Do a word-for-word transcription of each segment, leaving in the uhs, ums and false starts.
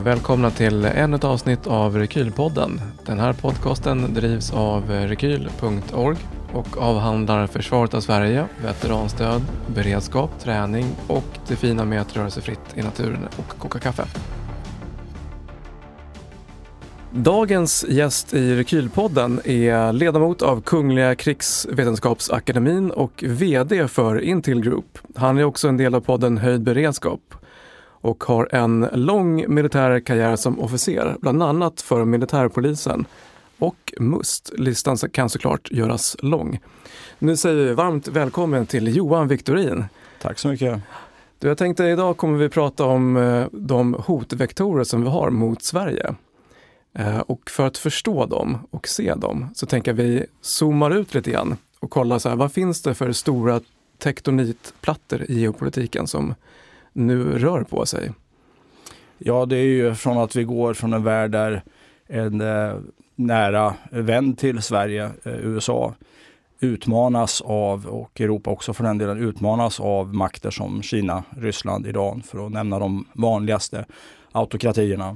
och välkomna till ännu ett avsnitt av Rekylpodden. Den här podcasten drivs av rekyl punkt org och avhandlar försvaret av Sverige, veteranstöd, beredskap, träning och det fina med att röra sig fritt i naturen och koka kaffe. Dagens gäst i Rekylpodden är ledamot av Kungliga krigsvetenskapsakademin och vd för Intil Group. Han är också en del av podden Höjd beredskap och har en lång militär karriär som officer, bland annat för militärpolisen och MUST. Listan kan såklart göras lång. Nu säger vi varmt välkommen till Johan Victorin. Tack så mycket. Du, jag tänkte idag kommer vi prata om de hotvektorer som vi har mot Sverige. Och för att förstå dem och se dem så tänker vi zoomar ut lite grann och kolla så här, vad finns det för stora tektonitplattor i geopolitiken som nu rör på sig? Ja, det är ju från att vi går från en värld där en eh, nära vän till Sverige, eh, U S A, utmanas av, och Europa också för den delen, utmanas av makter som Kina, Ryssland, Iran, för att nämna de vanligaste autokratierna.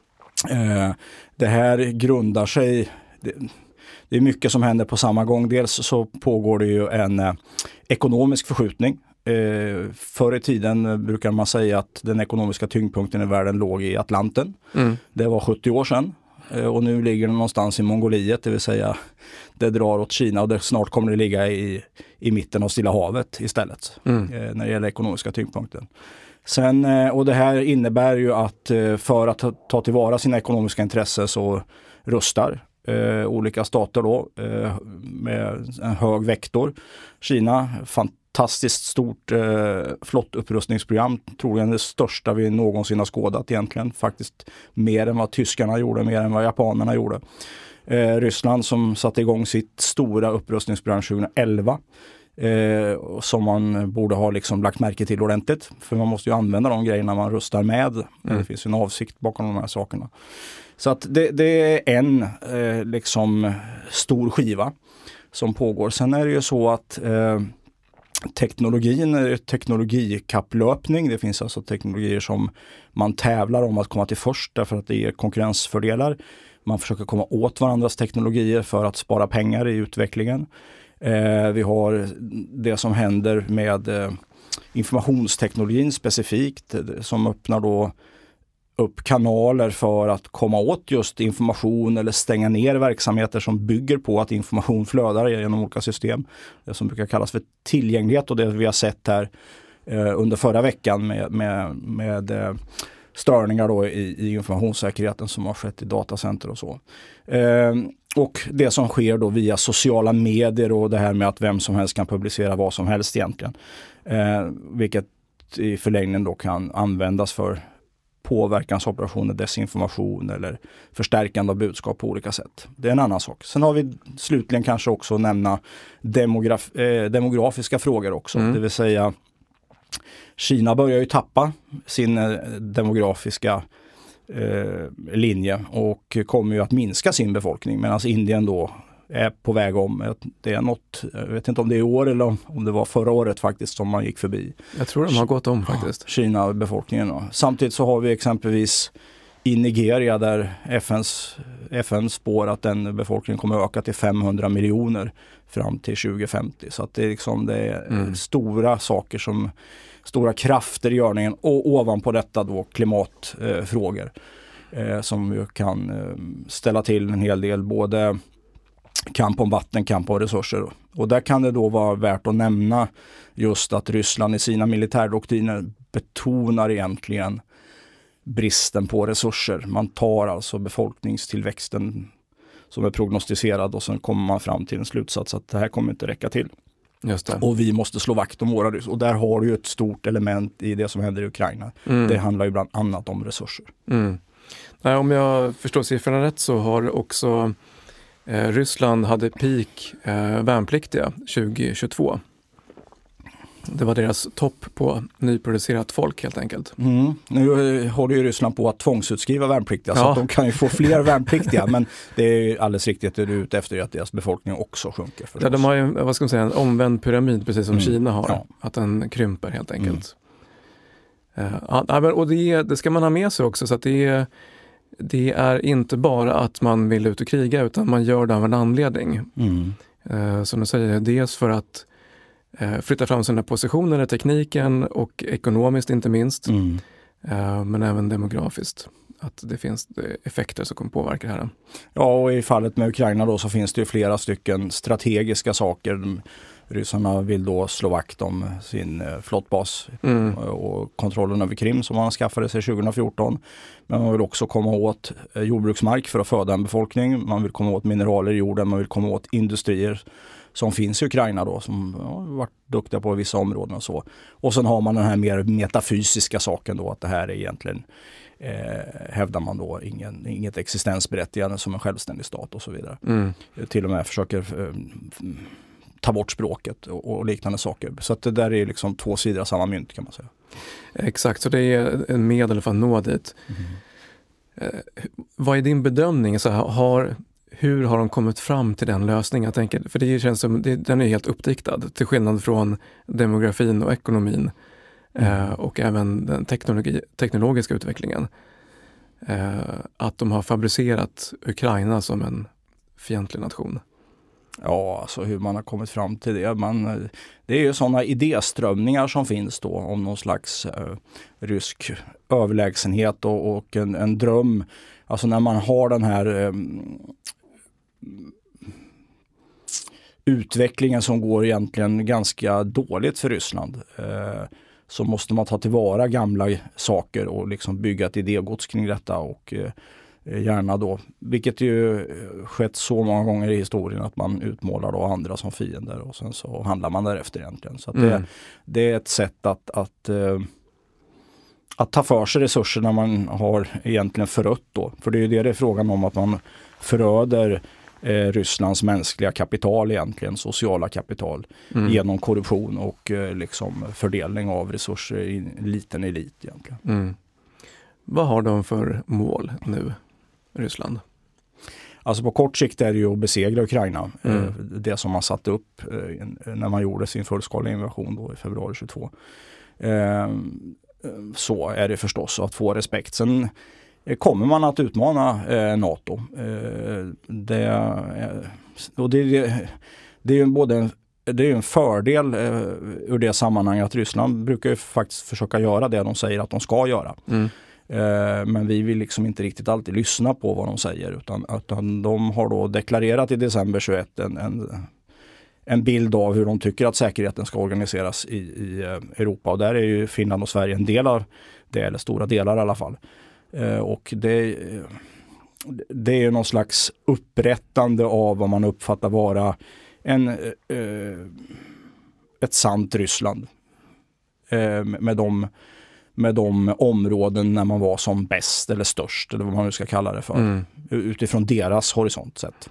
Eh, det här grundar sig, det, det är mycket som händer på samma gång. Dels så pågår det ju en eh, ekonomisk förskjutning. Eh, förr i tiden brukar man säga att den ekonomiska tyngdpunkten i världen låg i Atlanten. Mm. Det var sjuttio år sedan. Eh, och nu ligger den någonstans i Mongoliet, det vill säga det drar åt Kina, och det snart kommer det ligga i, i mitten av Stilla havet istället. Mm. Eh, när det gäller ekonomiska tyngdpunkten. Sen, och det här innebär ju att för att ta tillvara sina ekonomiska intressen så rustar eh, olika stater då eh, med en hög vektor. Kina, fantastiskt stort eh, flottupprustningsprogram, troligen det största vi någonsin har skådat egentligen. Faktiskt mer än vad tyskarna gjorde, mer än vad japanerna gjorde. Eh, Ryssland som satte igång sitt stora upprustningsprogram tjugoelva. Eh, som man borde ha liksom lagt märke till ordentligt. För man måste ju använda de grejerna man rustar med. Mm. Det finns ju en avsikt bakom de här sakerna. Så att det, det är en eh, liksom stor skiva som pågår. Sen är det ju så att eh, teknologin är teknologikapplöpning. Det finns alltså teknologier som man tävlar om att komma till först därför att det ger konkurrensfördelar. Man försöker komma åt varandras teknologier för att spara pengar i utvecklingen. Eh, vi har det som händer med eh, informationsteknologin specifikt, som öppnar då upp kanaler för att komma åt just information eller stänga ner verksamheter som bygger på att information flödar genom olika system. Det som brukar kallas för tillgänglighet, och det vi har sett här eh, under förra veckan med, med, med eh, störningar då i, i informationssäkerheten som har skett i datacenter och så. Eh, och det som sker då via sociala medier och det här med att vem som helst kan publicera vad som helst egentligen. Eh, vilket i förlängningen då kan användas för påverkansoperationer, desinformation eller förstärkande av budskap på olika sätt. Det är en annan sak. Sen har vi slutligen kanske också nämna demograf- eh, demografiska frågor också. Mm. Det vill säga Kina börjar ju tappa sin eh, demografiska eh, linje och kommer ju att minska sin befolkning, medan Indien då är på väg om. Det är något, jag vet inte om det är i år eller om, om det var förra året faktiskt som man gick förbi. Jag tror de har gått om faktiskt. Kina-befolkningen. Då. Samtidigt så har vi exempelvis i Nigeria där F N:s, F N spår att den befolkningen kommer öka till femhundra miljoner fram till tjugo femtio. Så att det är liksom det är mm. stora saker som stora krafter i görningen, och ovanpå detta då klimatfrågor eh, som ju kan eh, ställa till en hel del, både kamp om vatten, kamp om resurser. Och där kan det då vara värt att nämna just att Ryssland i sina militärdoktriner betonar egentligen bristen på resurser. Man tar alltså befolkningstillväxten som är prognostiserad och sen kommer man fram till en slutsats att det här kommer inte räcka till. Just det. Och vi måste slå vakt om våra resurser. Och där har du ju ett stort element i det som händer i Ukraina. Mm. Det handlar ju bland annat om resurser. Mm. Nej, om jag förstår siffrorna rätt så har också eh, Ryssland hade peak eh, värnpliktiga tjugo tjugotvå. Det var deras topp på nyproducerat folk helt enkelt. Mm. Nu håller ju Ryssland på att tvångsutskriva värnpliktiga, ja. Så att de kan ju få fler värnpliktiga. Men det är alldeles riktigt att det är ute efter att deras befolkning också sjunker. Ja, de har ju, vad ska man säga, en omvänd pyramid precis som mm. Kina har. Ja. Att den krymper helt enkelt. Ja, och det, det ska man ha med sig också, så att det är, det är inte bara att man vill ut och kriga, utan man gör det av en anledning. Mm. Som du säger, dels för att flytta fram sina positioner i tekniken och ekonomiskt inte minst, mm. men även demografiskt. Att det finns effekter som kommer påverka det här. Ja, och i fallet med Ukraina då så finns det ju flera stycken strategiska saker. Ryssarna vill då slå vakt om sin flottbas mm. och kontrollen över Krim som man skaffade sig tjugo fjorton. Men man vill också komma åt jordbruksmark för att föda en befolkning. Man vill komma åt mineraler i jorden, man vill komma åt industrier som finns i Ukraina då, som ja, har varit duktiga på vissa områden och så. Och sen har man den här mer metafysiska saken då, att det här är egentligen Eh, hävdar man då ingen, inget existensberättigande som en självständig stat och så vidare. Mm. Till och med försöker eh, ta bort språket och, och liknande saker. Så att det där är liksom två sidor av samma mynt, kan man säga. Exakt, så det är en medel för att nå dit. Mm. Eh, vad är din bedömning? Så här, har, hur har de kommit fram till den lösningen? Jag tänker, för det känns som det, den är helt uppdiktad, till skillnad från demografin och ekonomin. Mm. Eh, och även den teknologi, teknologiska utvecklingen. Eh, att de har fabricerat Ukraina som en fientlig nation. Ja, alltså hur man har kommit fram till det. Man, det är ju sådana idéströmningar som finns då om någon slags eh, rysk överlägsenhet och, och en, en dröm. Alltså när man har den här eh, utvecklingen som går egentligen ganska dåligt för Ryssland. Eh, så måste man ta tillvara gamla saker och liksom bygga ett idégods kring detta och eh, gärna då, vilket ju skett så många gånger i historien att man utmålar då andra som fiender och sen så handlar man därefter egentligen. Så att mm. det, det är ett sätt att, att, eh, att ta för sig resurser när man har egentligen förött då. För det är ju det det är frågan om, att man föröder Eh, Rysslands mänskliga kapital egentligen, sociala kapital mm. genom korruption och eh, liksom fördelning av resurser i en liten elit egentligen. Mm. Vad har de för mål nu, Ryssland? Alltså på kort sikt är det ju att besegra Ukraina. Mm. Eh, det som man satte upp eh, när man gjorde sin fullskaliga invasion då i februari tjugotvå. Eh, så är det förstås att få respekt. Sen kommer man att utmana eh, NATO. Eh, det, eh, och det, det, det är ju både en, det är en fördel eh, ur det sammanhanget att Ryssland brukar ju faktiskt försöka göra det de säger att de ska göra. Mm. Eh, men vi vill liksom inte riktigt alltid lyssna på vad de säger, utan, utan de har då deklarerat i december tjugoett en, en, en bild av hur de tycker att säkerheten ska organiseras i, i Europa. Och där är ju Finland och Sverige en del av det, eller stora delar i alla fall. Uh, och det, det är ju någon slags upprättande av vad man uppfattar vara en, uh, ett sant Ryssland. Uh, med, de, med de områden när man var som bäst eller störst, eller vad man nu ska kalla det för. Mm. Utifrån deras horisont sett.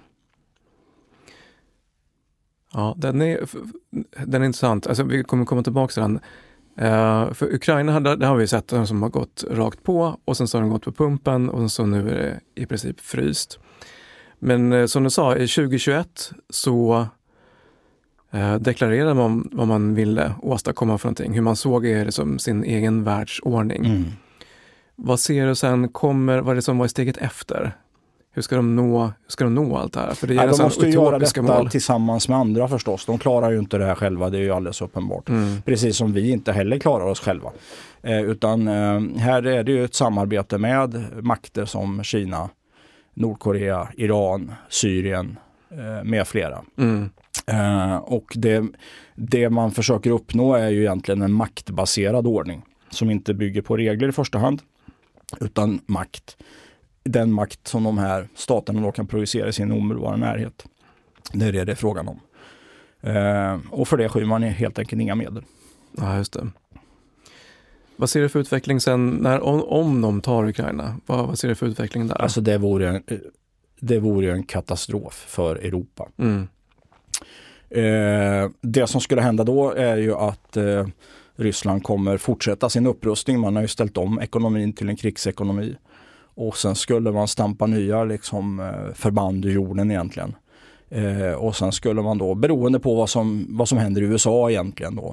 Ja, den är, den är intressant. Alltså, vi kommer komma tillbaka till den. Uh, för Ukraina, där, där har vi sett den som har gått rakt på och sen så har den gått på pumpen och så nu är det i princip fryst. Men uh, som du sa, i tjugo tjugoett så uh, deklarerade man vad man ville åstadkomma för någonting. Hur man såg det som sin egen världsordning. Mm. Vad ser du sen kommer, vad är det som var i steget efter? Hur ska de nå, hur ska de nå allt det här? För det är ja, de måste ju göra detta mål. Tillsammans med andra förstås. De klarar ju inte det här själva, det är ju alldeles uppenbart. Mm. Precis som vi inte heller klarar oss själva. Eh, utan eh, här är det ju ett samarbete med makter som Kina, Nordkorea, Iran, Syrien eh, med flera. Mm. Eh, och det, det man försöker uppnå är ju egentligen en maktbaserad ordning som inte bygger på regler i första hand, utan makt. Den makt som de här staterna då kan projicera i sin omedelbara närhet. Det är det det är frågan om. Eh, och för det skyr man helt enkelt inga medel. Ja, just det. Vad ser du för utveckling sen när, om, om de tar Ukraina? Vad, vad ser du för utveckling där? Alltså det vore, det vore en katastrof för Europa. Mm. Eh, det som skulle hända då är ju att eh, Ryssland kommer fortsätta sin upprustning. Man har ju ställt om ekonomin till en krigsekonomi. Och sen skulle man stampa nya liksom, förband ur jorden egentligen. Eh, och sen skulle man då, beroende på vad som, vad som händer i U S A egentligen då,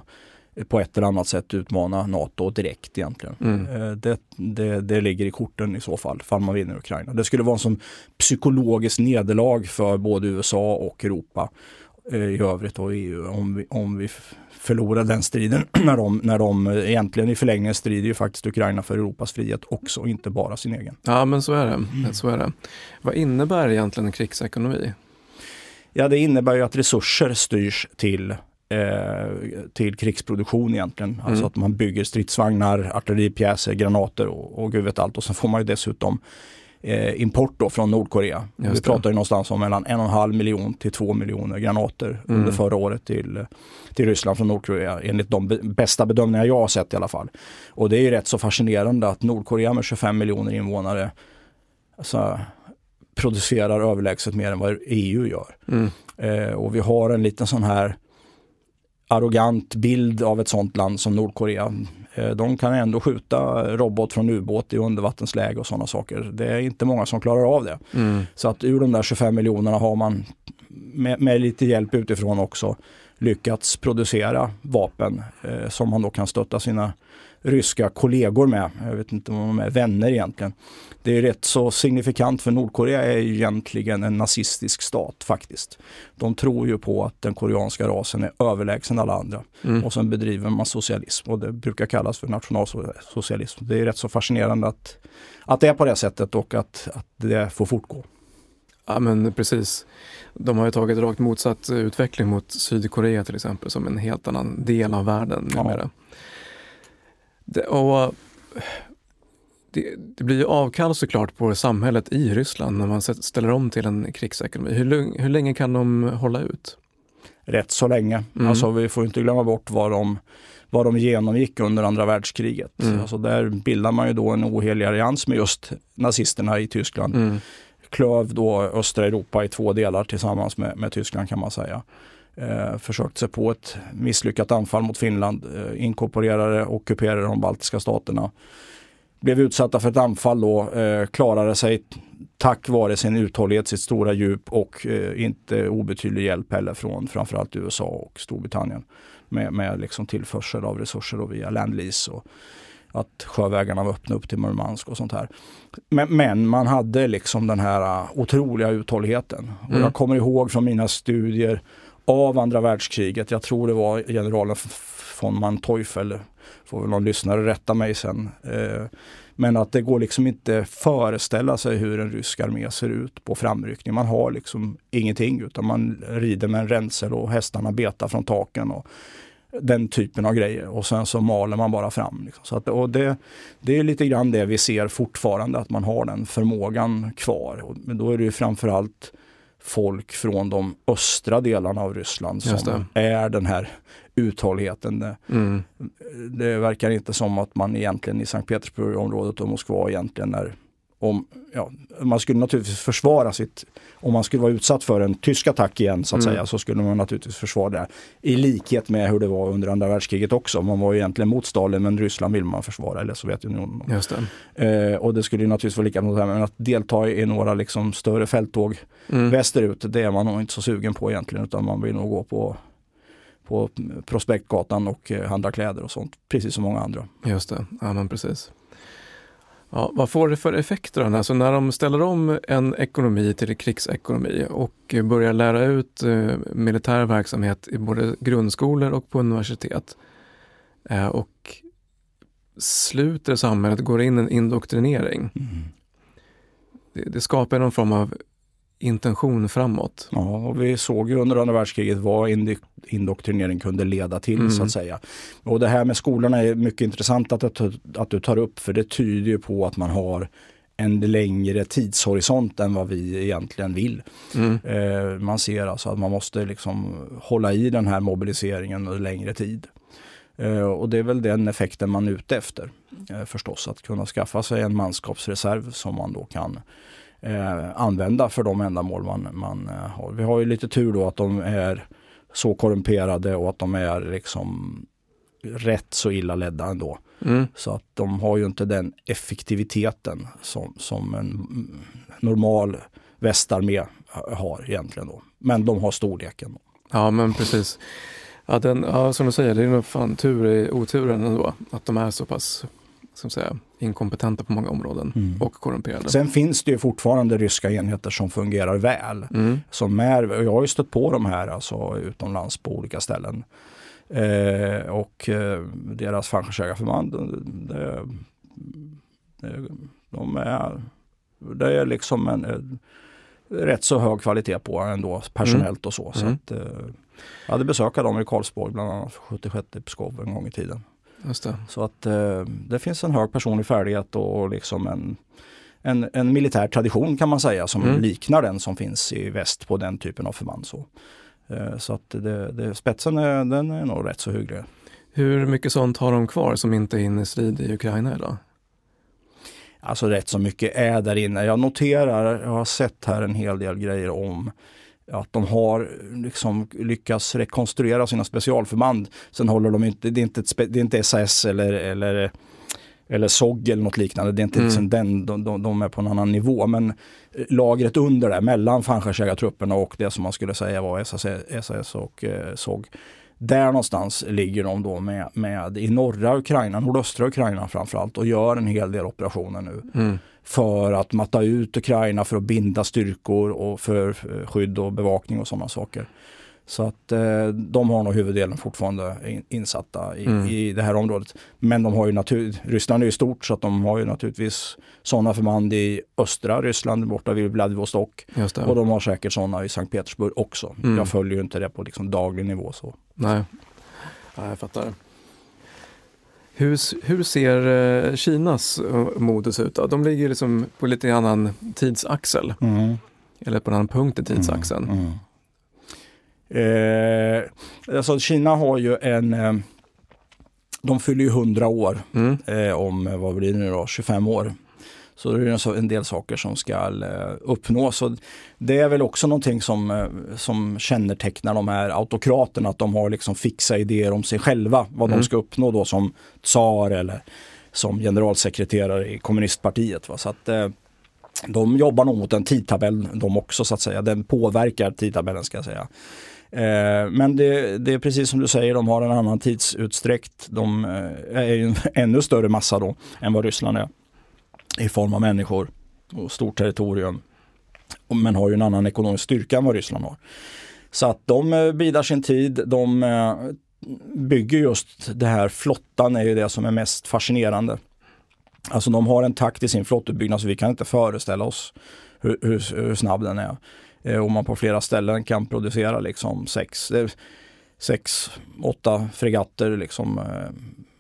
på ett eller annat sätt utmana NATO direkt egentligen. Mm. Det, det, det ligger i korten i så fall, fall man vinner Ukraina. Det skulle vara en sån psykologiskt nederlag för både U S A och Europa i övrigt och E U om vi, om vi förlorar den striden när de, när de egentligen i förlängningen strider ju faktiskt Ukraina för Europas frihet också, inte bara sin egen. Ja, men så är det. Mm. Så är det. Vad innebär egentligen en krigsekonomi? Ja, det innebär ju att resurser styrs till eh, till krigsproduktion egentligen. Mm. Alltså att man bygger stridsvagnar, artilleripjäser, granater och, och gud vet allt. Och sen får man ju dessutom eh, import då från Nordkorea. Just Vi pratar ju någonstans om mellan en och en halv miljon till två miljoner granater mm. under förra året till, till Ryssland från Nordkorea. Enligt de be- bästa bedömningar jag har sett i alla fall. Och det är ju rätt så fascinerande att Nordkorea med tjugofem miljoner invånare alltså, producerar överlägset mer än vad E U gör. Mm. Eh, och vi har en liten sån här arrogant bild av ett sånt land som Nordkorea. Eh, de kan ändå skjuta robot från ubåt i undervattensläge och sådana saker. Det är inte många som klarar av det. Mm. Så att ur de där tjugofem miljonerna har man med, med lite hjälp utifrån också lyckats producera vapen eh, som man då kan stötta sina ryska kollegor med. Jag vet inte om de är vänner egentligen. Det är rätt så signifikant för Nordkorea är ju egentligen en nazistisk stat faktiskt. De tror ju på att den koreanska rasen är överlägsen alla andra. Mm. Och sen bedriver man socialism och det brukar kallas för nationalsocialism. Det är rätt så fascinerande att, att det är på det sättet och att, att det får fortgå. Ja, men precis. De har ju tagit rakt motsatt utveckling mot Sydkorea till exempel som en helt annan del av världen numera. Ja. Det, och det, det blir ju avkall såklart på samhället i Ryssland när man ställer om till en krigsekonomi. Hur, hur länge kan de hålla ut? Rätt så länge. Mm. Alltså vi får inte glömma bort vad de, vad de genomgick under andra världskriget. Mm. Alltså där bildar man ju då en ohelig allians med just nazisterna i Tyskland. Mm. Klöv då östra Europa i två delar tillsammans med, med Tyskland kan man säga. Eh, försökte sig på ett misslyckat anfall mot Finland, eh, inkorporerade och ockuperade de baltiska staterna. Blev utsatta för ett anfall då, eh, klarade sig tack vare sin uthållighet, sitt stora djup och eh, inte obetydlig hjälp heller från framförallt U S A och Storbritannien med, med liksom tillförsel av resurser då via Lend-Lease och att sjövägarna var öppna upp till Murmansk och sånt här. Men, men man hade liksom den här otroliga uthålligheten. Och mm. jag kommer ihåg från mina studier av andra världskriget, jag tror det var generalen von Manteuffel, får väl någon lyssnare rätta mig sen, eh, men att det går liksom inte föreställa sig hur en rysk armé ser ut på framryckning. Man har liksom ingenting utan man rider med en ränsel och hästarna betar från taken och den typen av grejer och sen så maler man bara fram. Liksom. Så att, och det, det är lite grann det vi ser fortfarande, att man har den förmågan kvar. Och, men då är det ju framförallt folk från de östra delarna av Ryssland som är den här uthålligheten. Mm. Det verkar inte som att man egentligen i Sankt Petersburg-området och Moskva egentligen är om, ja, man skulle naturligtvis försvara sitt, om man skulle vara utsatt för en tysk attack igen så att mm. säga, så skulle man naturligtvis försvara det i likhet med hur det var under andra världskriget också. Man var ju egentligen mot Stalin, men Ryssland vill man försvara, eller Sovjetunionen. Just det. Eh, och det skulle ju naturligtvis vara lika med men att delta i några liksom större fälttåg mm. västerut, det är man nog inte så sugen på egentligen, utan man vill nog gå på på Prospektgatan och eh, handla kläder och sånt, precis som många andra. Just det, ja men precis. Ja, vad får det för effekter? Alltså när de ställer om en ekonomi till krigsekonomi och börjar lära ut eh, militär verksamhet i både grundskolor och på universitet eh, och sluter samhället, går in en indoktrinering. Mm. Det, det skapar någon form av intention framåt. Ja, och vi såg ju under andra världskriget vad indoktrinering kunde leda till mm. så att säga. Och det här med skolorna är mycket intressant att, att du tar upp, för det tyder ju på att man har en längre tidshorisont än vad vi egentligen vill. Mm. Eh, man ser alltså att man måste liksom hålla i den här mobiliseringen under längre tid. Eh, och det är väl den effekten man är ute efter eh, förstås, att kunna skaffa sig en manskapsreserv som man då kan Eh, använda för de ändamål man, man eh, har. Vi har ju lite tur då att de är så korrumperade och att de är liksom rätt så illa ledda ändå. Mm. Så att de har ju inte den effektiviteten som, som en normal västarmé har egentligen då. Men de har storleken. Ja, men precis. Ja, den, ja, som du säger, det är nog fan tur i oturen ändå. Att de är så pass, som säga, inkompetenta på många områden mm. och korrumperade. Sen finns det ju fortfarande ryska enheter som fungerar väl. Mm. Som är, jag har ju stött på de här alltså, utomlands på olika ställen. Eh, och eh, deras fallskärmsjägarförband, det, det, de är, det är liksom en, en rätt så hög kvalitet på ändå, personellt och så. Så mm. att, eh, jag hade besökt dem i Karlsborg bland annat sjuttiosex i Pskov en gång i tiden. Just det. Så att eh, det finns en hög personlig färdighet och liksom en, en, en militär tradition kan man säga som mm. liknar den som finns i väst på den typen av förband. Så, eh, så att det, det, spetsen är, den är nog rätt så hygglig. Hur mycket sånt har de kvar som inte är inne i strid i Ukraina idag? Alltså rätt så mycket är där inne. Jag noterar, jag har sett här en hel del grejer om att de har liksom lyckats rekonstruera sina specialförband. Sen håller de inte, det är inte, ett spe, det är inte S A S eller, eller, eller S O G eller något liknande. Det är inte mm. liksom den, de, de, de är på en annan nivå. Men lagret under där, mellan fallskärmsjägartrupperna och det som man skulle säga var S A S och eh, S O G. Där någonstans ligger de då med, med i norra Ukraina, nordöstra Ukraina framförallt, och gör en hel del operationer nu. Mm. För att matta ut Ukraina, för att binda styrkor och för skydd och bevakning och sådana saker. Så att eh, de har nog huvuddelen fortfarande in, insatta i, mm. i det här området. Men de har ju natur, Ryssland är ju stort så att de har ju naturligtvis sådana förband i östra Ryssland borta vid Vladivostok. Och de har säkert sådana i Sankt Petersburg också. Mm. Jag följer ju inte det på liksom daglig nivå så. Nej, ja, jag fattar. Hur, hur ser Kinas modus ut då? De ligger liksom på lite annan tidsaxel. Mm. Eller på en annan punkt i tidsaxeln. Mm. Mm. Eh, alltså Kina har ju en eh, de fyller ju hundra år mm. eh, om, vad blir det nu då, tjugofem år. Så det är en del saker som ska eh, uppnås. Så det är väl också någonting som, eh, som kännetecknar de här autokraterna, att de har liksom fixa idéer om sig själva, vad mm. de ska uppnå då som tsar eller som generalsekreterare i kommunistpartiet. Va? Så att eh, de jobbar nog mot en tidtabell de också så att säga. Den påverkar tidtabellen ska jag säga. Eh, men det, det är precis som du säger, de har en annan tidsutsträckt. De eh, är ju en ännu större massa då än vad Ryssland är. I form av människor och stort territorium. Men har ju en annan ekonomisk styrka än vad Ryssland har. Så att de eh, bidar sin tid. De eh, bygger just det här, flottan är ju det som är mest fascinerande. Alltså de har en takt i sin flottutbyggnad så vi kan inte föreställa oss hur, hur, hur snabb den är. Eh, om man på flera ställen kan producera liksom sex, eh, sex åtta fregatter liksom eh,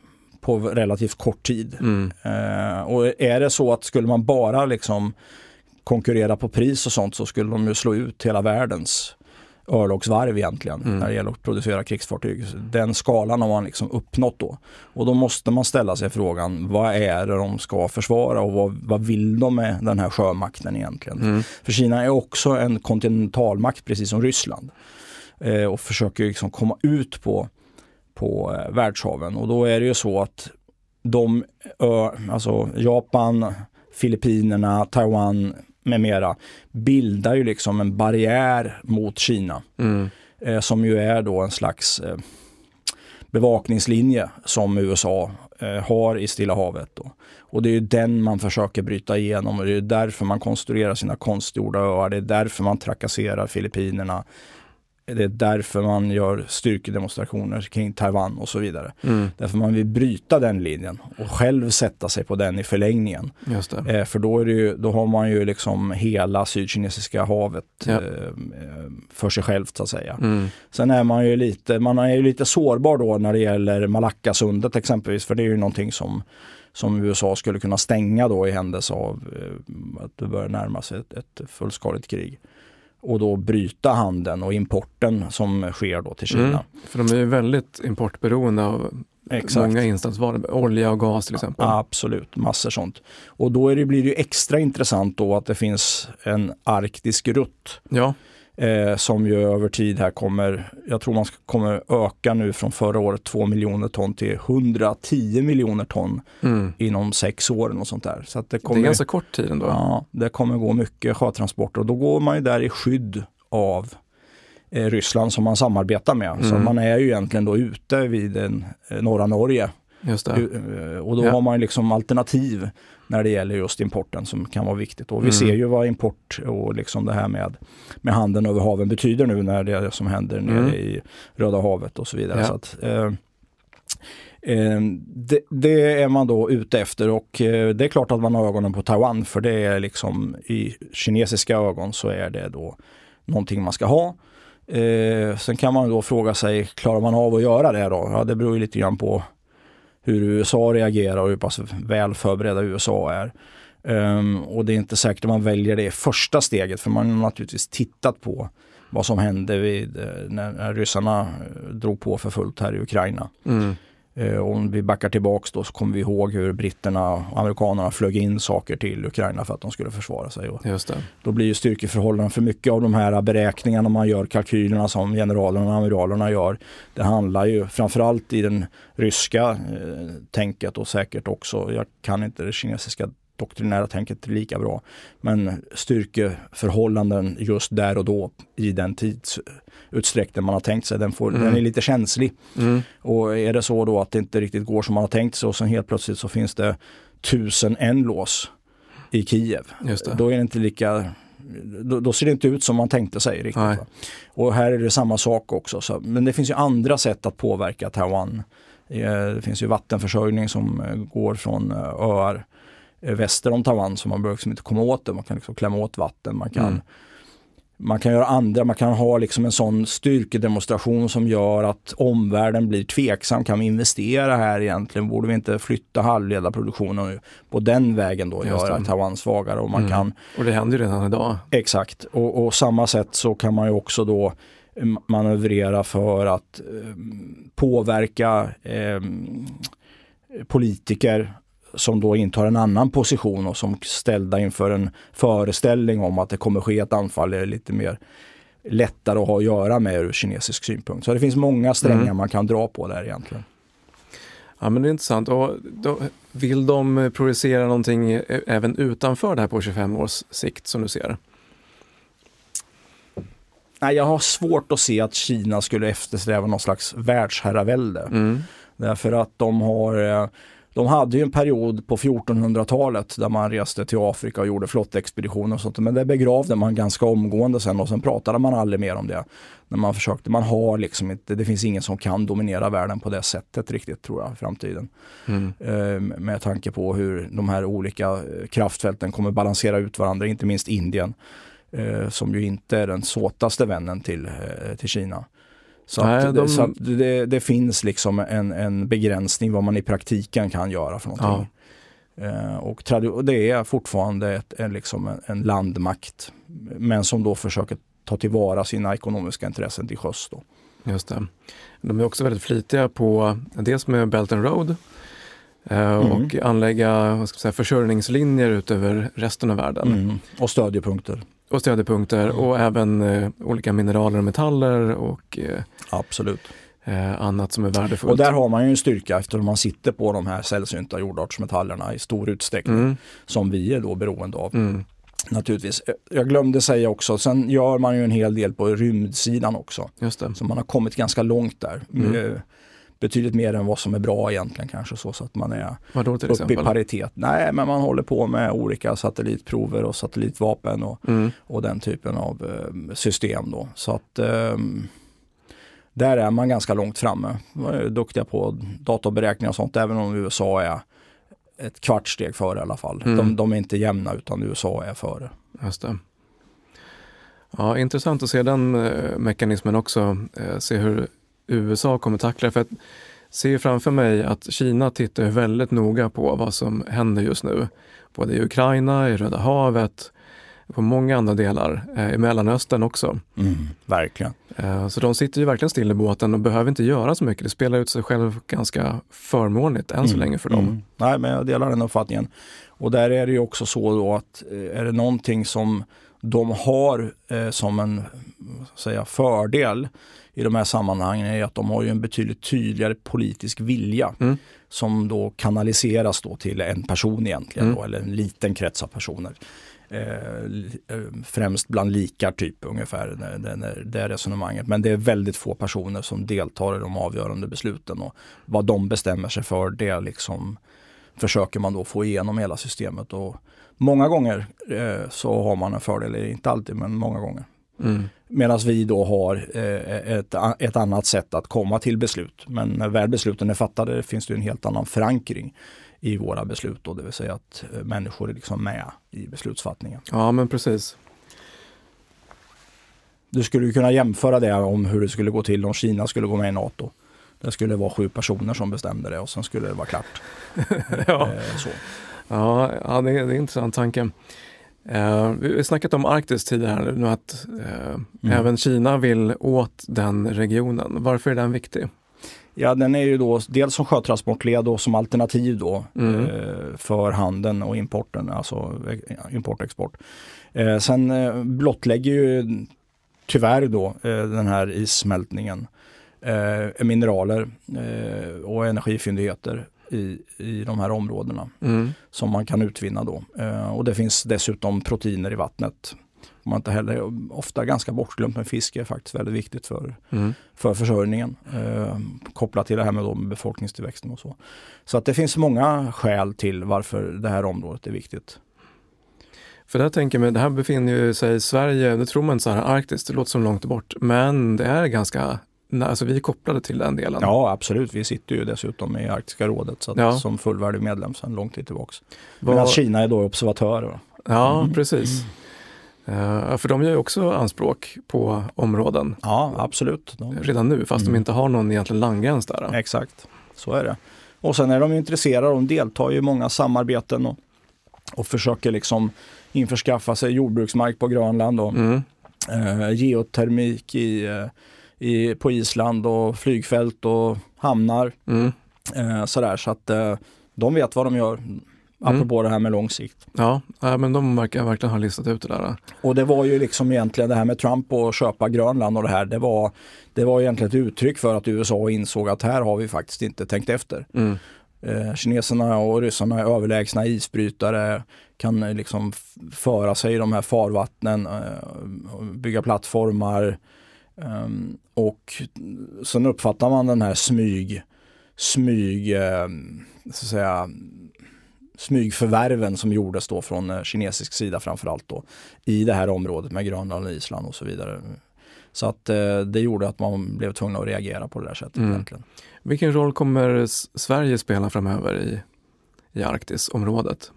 på relativt kort tid. Mm. Eh, och är det så att skulle man bara liksom konkurrera på pris och sånt så skulle de ju slå ut hela världens örlogsvarv egentligen mm. när det gäller att producera krigsfartyg. Den skalan har man liksom uppnått då. Och då måste man ställa sig frågan, vad är det de ska försvara och vad, vad vill de med den här sjömakten egentligen? Mm. För Kina är också en kontinentalmakt precis som Ryssland. Eh, och försöker liksom komma ut på, på eh, världshaven. Och då är det ju så att de, ö, alltså Japan, Filippinerna, Taiwan med mera bildar ju liksom en barriär mot Kina mm. eh, som ju är då en slags eh, bevakningslinje som U S A eh, har i Stilla havet då. Och det är ju den man försöker bryta igenom och det är därför man konstruerar sina konstgjorda öar, det är därför man trakasserar Filippinerna. Det är därför man gör styrkedemonstrationer kring Taiwan och så vidare. Mm. Därför man vill bryta den linjen och själv sätta sig på den i förlängningen. Just det. Eh, för då, är det ju, då har man ju liksom hela Sydkinesiska havet ja. eh, för sig självt så att säga. Mm. Sen är man ju lite, man är ju lite sårbar då när det gäller Malackasundet exempelvis. För det är ju någonting som, som U S A skulle kunna stänga då i händelse av eh, att det börjar närma sig ett, ett fullskaligt krig. Och då bryta handeln och importen som sker då till Kina. Mm, för de är ju väldigt importberoende av Exakt. många insatsvaror, olja och gas till exempel. Ja, absolut, massor sånt. Och då är det, blir det ju extra intressant då att det finns en arktisk rutt. Ja. Eh, som ju över tid här kommer, jag tror man ska, kommer öka nu från förra året två miljoner ton till hundratio miljoner ton mm. inom sex år och sånt där. Så att det, kommer, det är ganska kort tid ändå. Ja, det kommer gå mycket sjötransporter och då går man ju där i skydd av eh, Ryssland som man samarbetar med. Mm. Så man är ju egentligen då ute vid den, eh, norra Norge. Just det. Och då ja. har man liksom alternativ när det gäller just importen som kan vara viktigt. Och vi mm. ser ju vad import och liksom det här med, med handeln över haven betyder nu när det är det som händer mm. nere i Röda havet och så vidare. Ja. Så att, eh, eh, det, det är man då ute efter och eh, det är klart att man har ögonen på Taiwan för det är liksom i kinesiska ögon så är det då någonting man ska ha. Eh, sen kan man då fråga sig, klarar man av att göra det då? Ja, det beror ju lite grann på hur U S A reagerar och hur pass väl förberedda U S A är. Um, och det är inte säkert att man väljer det första steget för man har naturligtvis tittat på vad som hände vid, när, när ryssarna drog på för fullt här i Ukraina. Mm. Uh, och om vi backar tillbaks då så kommer vi ihåg hur britterna och amerikanerna flög in saker till Ukraina för att de skulle försvara sig. Och Just det. Då blir ju styrkeförhållanden för mycket av de här beräkningarna man gör, kalkylerna som generalerna och amiralerna gör. Det handlar ju framförallt i den ryska eh, tänket och säkert också, jag kan inte det kinesiska doktrinära tänket lika bra. Men styrkeförhållanden just där och då i den tidsutsträckning man har tänkt sig, den, får, mm. den är lite känslig. Mm. Och är det så då att det inte riktigt går som man har tänkt sig och sen helt plötsligt så finns det tusen en-lås i Kiev. Just det. Då är det inte lika... Då, då ser det inte ut som man tänkte sig riktigt. Va? Och här är det samma sak också. Så, men det finns ju andra sätt att påverka Taiwan. Det finns ju vattenförsörjning som går från öar väster om Taiwan så man behöver liksom inte komma åt det. Man kan liksom klämma åt vatten. Man kan, mm. man kan göra andra. Man kan ha liksom en sån styrkedemonstration som gör att omvärlden blir tveksam. Kan vi investera här egentligen? Borde vi inte flytta halvledarproduktionen på den vägen då? Göra Taiwan svagare. Och, man mm. kan, och det händer ju redan idag. Exakt. Och, och samma sätt så kan man ju också då manövrera för att eh, påverka eh, politiker som då intar en annan position och som ställda inför en föreställning om att det kommer ske ett anfall är lite mer lättare att ha att göra med ur kinesisk synpunkt. Så det finns många strängar mm. man kan dra på där egentligen. Ja, men det är intressant. Och då, vill de projicera någonting även utanför det här på tjugofem års sikt som du ser? Nej, jag har svårt att se att Kina skulle eftersträva någon slags världsherravälde. Mm. Därför att de har... De hade ju en period på fjortonhundratalet där man reste till Afrika och gjorde flottexpeditioner och sånt. Men det begravde man ganska omgående sen och sen pratade man aldrig mer om det. När man försökte, man har liksom inte, det finns ingen som kan dominera världen på det sättet riktigt tror jag i framtiden. Mm. Eh, med tanke på hur de här olika kraftfälten kommer balansera ut varandra, inte minst Indien. Eh, som ju inte är den såtaste vännen till, eh, till Kina. Så, Nej, att, de... så att det, det finns liksom en, en begränsning vad man i praktiken kan göra för någonting. Ja. Eh, och, tradi- och det är fortfarande ett, en, liksom en, en landmakt men som då försöker ta tillvara sina ekonomiska intressen till sjöss då. Just det. De är också väldigt flitiga på dels med Belt and Road eh, mm. och anlägga vad ska jag säga, försörjningslinjer ut över resten av världen. Mm. Och stödjepunkter. Och stödjepunkter mm. och även eh, olika mineraler och metaller och eh, absolut. Eh, annat som är värdefullt. Och där har man ju en styrka eftersom man sitter på de här sällsynta jordartsmetallerna i stor utsträckning mm. som vi är då beroende av. Mm. Naturligtvis. Jag glömde säga också, sen gör man ju en hel del på rymdsidan också. Just det. Så man har kommit ganska långt där. Mm. Betydligt mer än vad som är bra egentligen kanske så, så att man är uppe i paritet. Nej, men man håller på med olika satellitprover och satellitvapen och, mm. och den typen av eh, system då. Så att eh, där är man ganska långt framme. Man är duktiga på datorberäkningar och sånt, även om U S A är ett kvartsteg före i alla fall. Mm. De, de är inte jämna utan U S A är före. Just det. Ja, intressant att se den eh, mekanismen också. Eh, se hur U S A kommer tackla, för att se framför mig att Kina tittar väldigt noga på vad som händer just nu. Både i Ukraina, i Röda havet, på många andra delar, eh, i Mellanöstern också. Mm, verkligen. Eh, så de sitter ju verkligen still i båten och behöver inte göra så mycket. Det spelar ut sig själv ganska förmånligt än mm, så länge för dem. Mm. Nej, men jag delar den uppfattningen. Och där är det ju också så då att är det någonting som de har eh, som en säga, fördel i de här sammanhangen är att de har ju en betydligt tydligare politisk vilja mm. som då kanaliseras då till en person egentligen mm. då, eller en liten krets av personer. eh, främst bland likar typ ungefär det, det, det resonemanget. Men det är väldigt få personer som deltar i de avgörande besluten och vad de bestämmer sig för det liksom försöker man då få igenom hela systemet och många gånger eh, så har man en fördel, inte alltid men många gånger. Mm. Medan vi då har eh, ett, ett annat sätt att komma till beslut. Men när väl besluten är fattade finns det en helt annan förankring i våra beslut då, det vill säga att eh, människor är liksom med i beslutsfattningen. Ja, men precis. Du skulle ju kunna jämföra det om hur det skulle gå till om Kina skulle gå med i NATO. Det skulle vara sju personer som bestämde det och sen skulle det vara klart. ja. eh, så. Ja, ja det, är, det är en intressant tanke. Uh, vi har snackat om Arktis tidigare nu att uh, mm. även Kina vill åt den regionen. Varför är den viktig? Ja, den är ju då dels som sjötransportled och som alternativ då mm. eh, för handeln och importen, alltså import och export. Eh, sen eh, blottlägger ju tyvärr då eh, den här issmältningen eh, mineraler eh, och energifyndigheter i, i de här områdena mm. som man kan utvinna då. Eh, och det finns dessutom proteiner i vattnet. Man inte heller, ofta ganska bortglömt, men fiske är faktiskt väldigt viktigt för, mm. för försörjningen. Eh, kopplat till det här med, då, med befolkningstillväxten och så. Så att det finns många skäl till varför det här området är viktigt. För där tänker jag mig, det här befinner ju sig i Sverige, det tror man inte så här Arktis, det låter som långt bort. Men det är ganska, alltså vi är kopplade till den delen. Ja, absolut. Vi sitter ju dessutom i Arktiska rådet så att, ja. som fullvärdig medlem sedan lång tid tillbaka. Var... Men Kina är då observatör. Ja, mm. precis. Uh, för de gör ju också anspråk på områden. Ja, absolut. De... Redan nu, fast mm. de inte har någon egentligen landgräns där. Exakt, så är det. Och sen är de intresserade, de deltar ju i många samarbeten och, och försöker liksom införskaffa sig jordbruksmark på Grönland och mm. uh, geotermik i, uh, i, på Island och flygfält och hamnar. Mm. Uh, sådär, så att uh, de vet vad de gör. Apropå mm. det här med lång sikt. Ja, men de verkar verkligen ha listat ut det där. Och det var ju liksom egentligen det här med Trump och köpa Grönland och det här. Det var, det var egentligen ett uttryck för att U S A insåg att här har vi faktiskt inte tänkt efter. Mm. Eh, kineserna och ryssarna är överlägsna isbrytare, kan liksom föra sig i de här farvattnen, eh, bygga plattformar. Eh, och sen uppfattar man den här smyg, smyg eh, så att säga smygförvärven som gjordes då från kinesisk sida framförallt då i det här området med Grönland och Island och så vidare. Så att eh, det gjorde att man blev tvungen att reagera på det där sättet mm. egentligen. Vilken roll kommer Sverige spela framöver i, i Arktisområdet?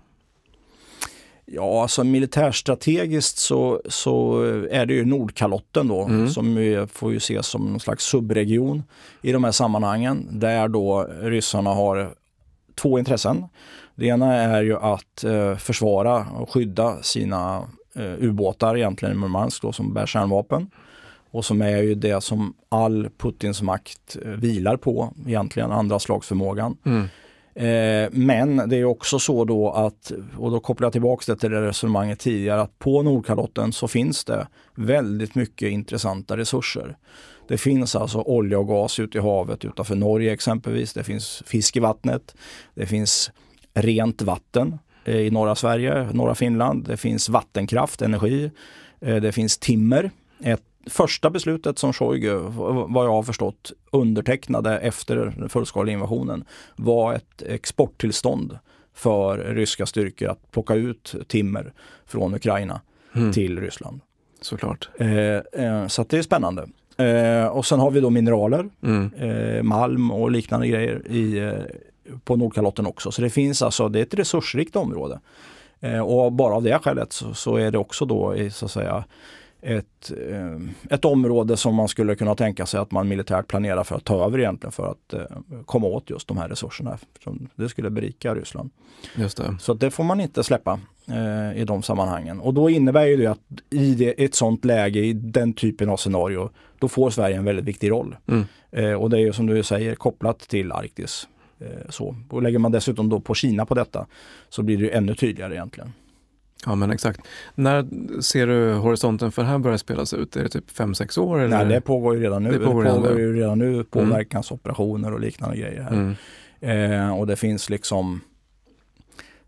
Ja, alltså militärstrategiskt så, så är det ju Nordkalotten då mm. som ju, får ju ses som någon slags subregion i de här sammanhangen där då ryssarna har två intressen. Det ena är ju att eh, försvara och skydda sina eh, ubåtar egentligen i Murmansk då, som bär kärnvapen. Och som är ju det som all Putins makt eh, vilar på egentligen, andra slagsförmågan. Mm. Eh, men det är också så då att, och då kopplar jag tillbaka till det resonemanget tidigare, att på Nordkalotten så finns det väldigt mycket intressanta resurser. Det finns alltså olja och gas ute i havet utanför Norge exempelvis. Det finns fisk i vattnet. Det finns rent vatten i norra Sverige, norra Finland. Det finns vattenkraft, energi. Det finns timmer. Ett första beslutet som Shoigu, vad jag har förstått, undertecknade efter den fullskaliga invasionen var ett exporttillstånd för ryska styrkor att plocka ut timmer från Ukraina mm. till Ryssland. Såklart. Eh, eh, så att det är spännande. Eh, och sen har vi då mineraler, mm. eh, malm och liknande grejer i, eh, på Nordkalotten också. Så det finns alltså, det är ett resursrikt område. Eh, och bara av det skälet så, så är det också då i, så att säga ett, eh, ett område som man skulle kunna tänka sig att man militärt planerar för att ta över egentligen för att eh, komma åt just de här resurserna. Som det skulle berika Ryssland. Just det. Så det får man inte släppa eh, i de sammanhangen. Och då innebär ju det att i det, ett sånt läge, i den typen av scenario, då får Sverige en väldigt viktig roll. Mm. Eh, och det är ju som du säger kopplat till Arktis. Eh, så. Och lägger man dessutom då på Kina på detta så blir det ju ännu tydligare egentligen. Ja, men exakt. När ser du horisonten för det här börjar spelas ut? Är det typ fem sex år? Eller? Nej, det pågår ju redan nu. Det pågår, det pågår redan ju redan nu påverkansoperationer och liknande grejer här. Mm. Eh, och det finns liksom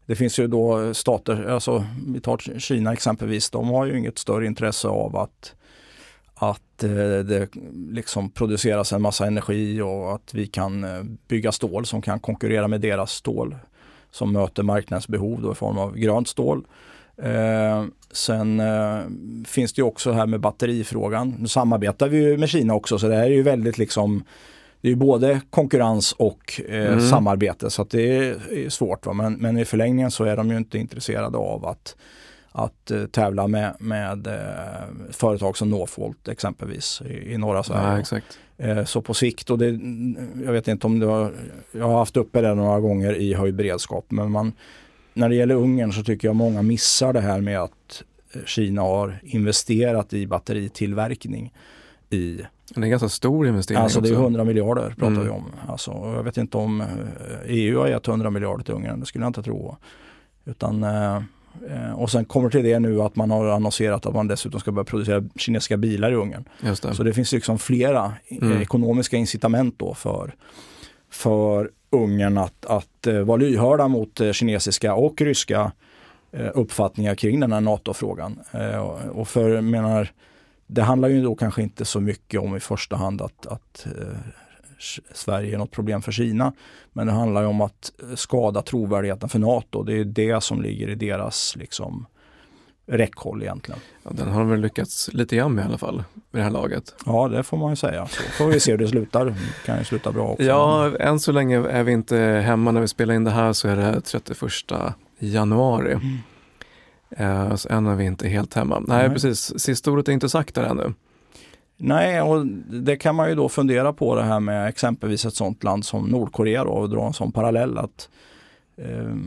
det finns ju då stater, alltså vi tar Kina exempelvis, de har ju inget större intresse av att att eh, det liksom produceras en massa energi och att vi kan eh, bygga stål som kan konkurrera med deras stål som möter marknadsbehov då i form av grönt stål. Eh, sen eh, finns det ju också här med batterifrågan. Nu samarbetar vi ju med Kina också, så det här är ju väldigt liksom, det är ju både konkurrens och eh, mm. samarbete, så att det är, är svårt va? Men, men i förlängningen så är de ju inte intresserade av att att uh, tävla med, med uh, företag som Northvolt exempelvis i, i norra Sverige. Ja, exakt. Uh, så på sikt, och det, jag vet inte om det har, jag har haft uppe det några gånger i höjd beredskap, men man, när det gäller Ungern så tycker jag många missar det här med att Kina har investerat i batteritillverkning i. Det är en ganska stor investering. Alltså det är också. hundra miljarder pratar mm. vi om. Alltså, jag vet inte om E U har gett hundra miljarder till Ungern, det skulle jag inte tro. Utan uh, och sen kommer till det nu att man har annonserat att man dessutom ska börja producera kinesiska bilar i Ungern. Just det. Så det finns liksom flera mm. ekonomiska incitament då för, för Ungern att, att uh, vara lyhörda mot uh, kinesiska och ryska uh, uppfattningar kring den här NATO-frågan. Uh, och för, menar, det handlar ju då kanske inte så mycket om i första hand att, att uh, Sverige är något problem för Kina, men det handlar ju om att skada trovärdigheten för NATO. Det är det som ligger i deras liksom räckhåll egentligen. Ja, den har de väl lyckats lite grann med i alla fall vid det här laget. Ja, det får man ju säga. Så får vi se hur det slutar. Det kan ju sluta bra också. Ja, än så länge är vi inte hemma när vi spelar in det här, så är det trettioförsta januari. Mm. Uh, så än är vi inte helt hemma. Nej, Nej. precis. Sista ordet är inte sagt där ännu. Nej, och det kan man ju då fundera på det här med exempelvis ett sånt land som Nordkorea då, och dra en sån parallell att eh,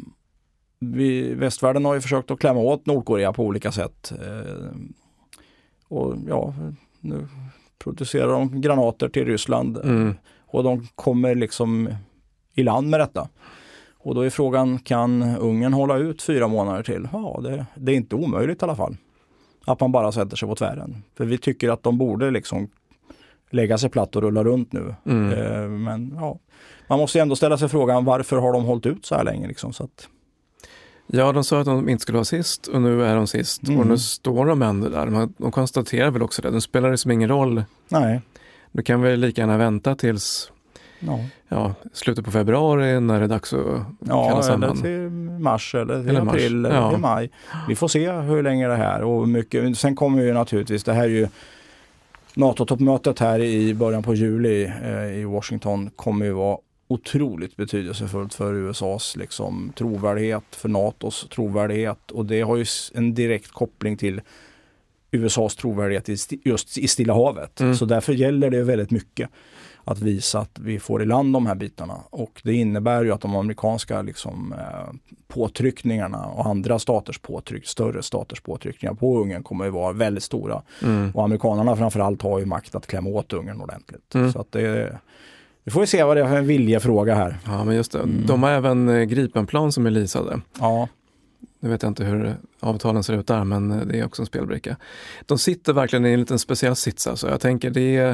vi, västvärlden har ju försökt att klämma åt Nordkorea på olika sätt. Eh, och ja, nu producerar de granater till Ryssland mm. och de kommer liksom i land med detta. Och då är frågan, kan Ungern hålla ut fyra månader till? Ja, det, det är inte omöjligt i alla fall. Att man bara sätter sig på tvären. För vi tycker att de borde liksom lägga sig platt och rulla runt nu. Mm. Eh, men ja, man måste ju ändå ställa sig frågan, varför har de hållit ut så här länge? Liksom, så att... Ja, de sa att de inte skulle vara sist och nu är de sist. Mm. Och nu står de ändå där. De, de konstaterar väl också det. De spelar liksom ingen roll. Nej. Du kan väl lika gärna vänta tills ja. Ja, slutet på februari när det är dags att ja, kalla samman. Eller till mars eller till eller april mars. eller Ja. till maj. Vi får se hur länge det här och mycket. Sen kommer ju naturligtvis, det här är ju NATO-toppmötet här i början på juli eh, i Washington kommer ju vara otroligt betydelsefullt för U S A:s liksom, trovärdighet, för NATOs trovärdighet, och det har ju en direkt koppling till U S A:s trovärdighet i, just i Stilla havet. Mm. Så därför gäller det väldigt mycket att visa att vi får i land de här bitarna, och det innebär ju att de amerikanska liksom, eh, påtryckningarna och andra staters påtryck, större staters påtryckningar på Ungern kommer att vara väldigt stora. Mm. Och amerikanerna framförallt har ju makt att klämma åt Ungern ordentligt. Mm. Så att det, vi får ju se vad det är för en viljefråga här. Ja, men just det. Mm. De har även Gripenplan som är leasade. Ja. Nu vet jag inte hur avtalen ser ut där, men det är också en spelbricka. De sitter verkligen i en liten speciell sits. Alltså. Jag tänker det är...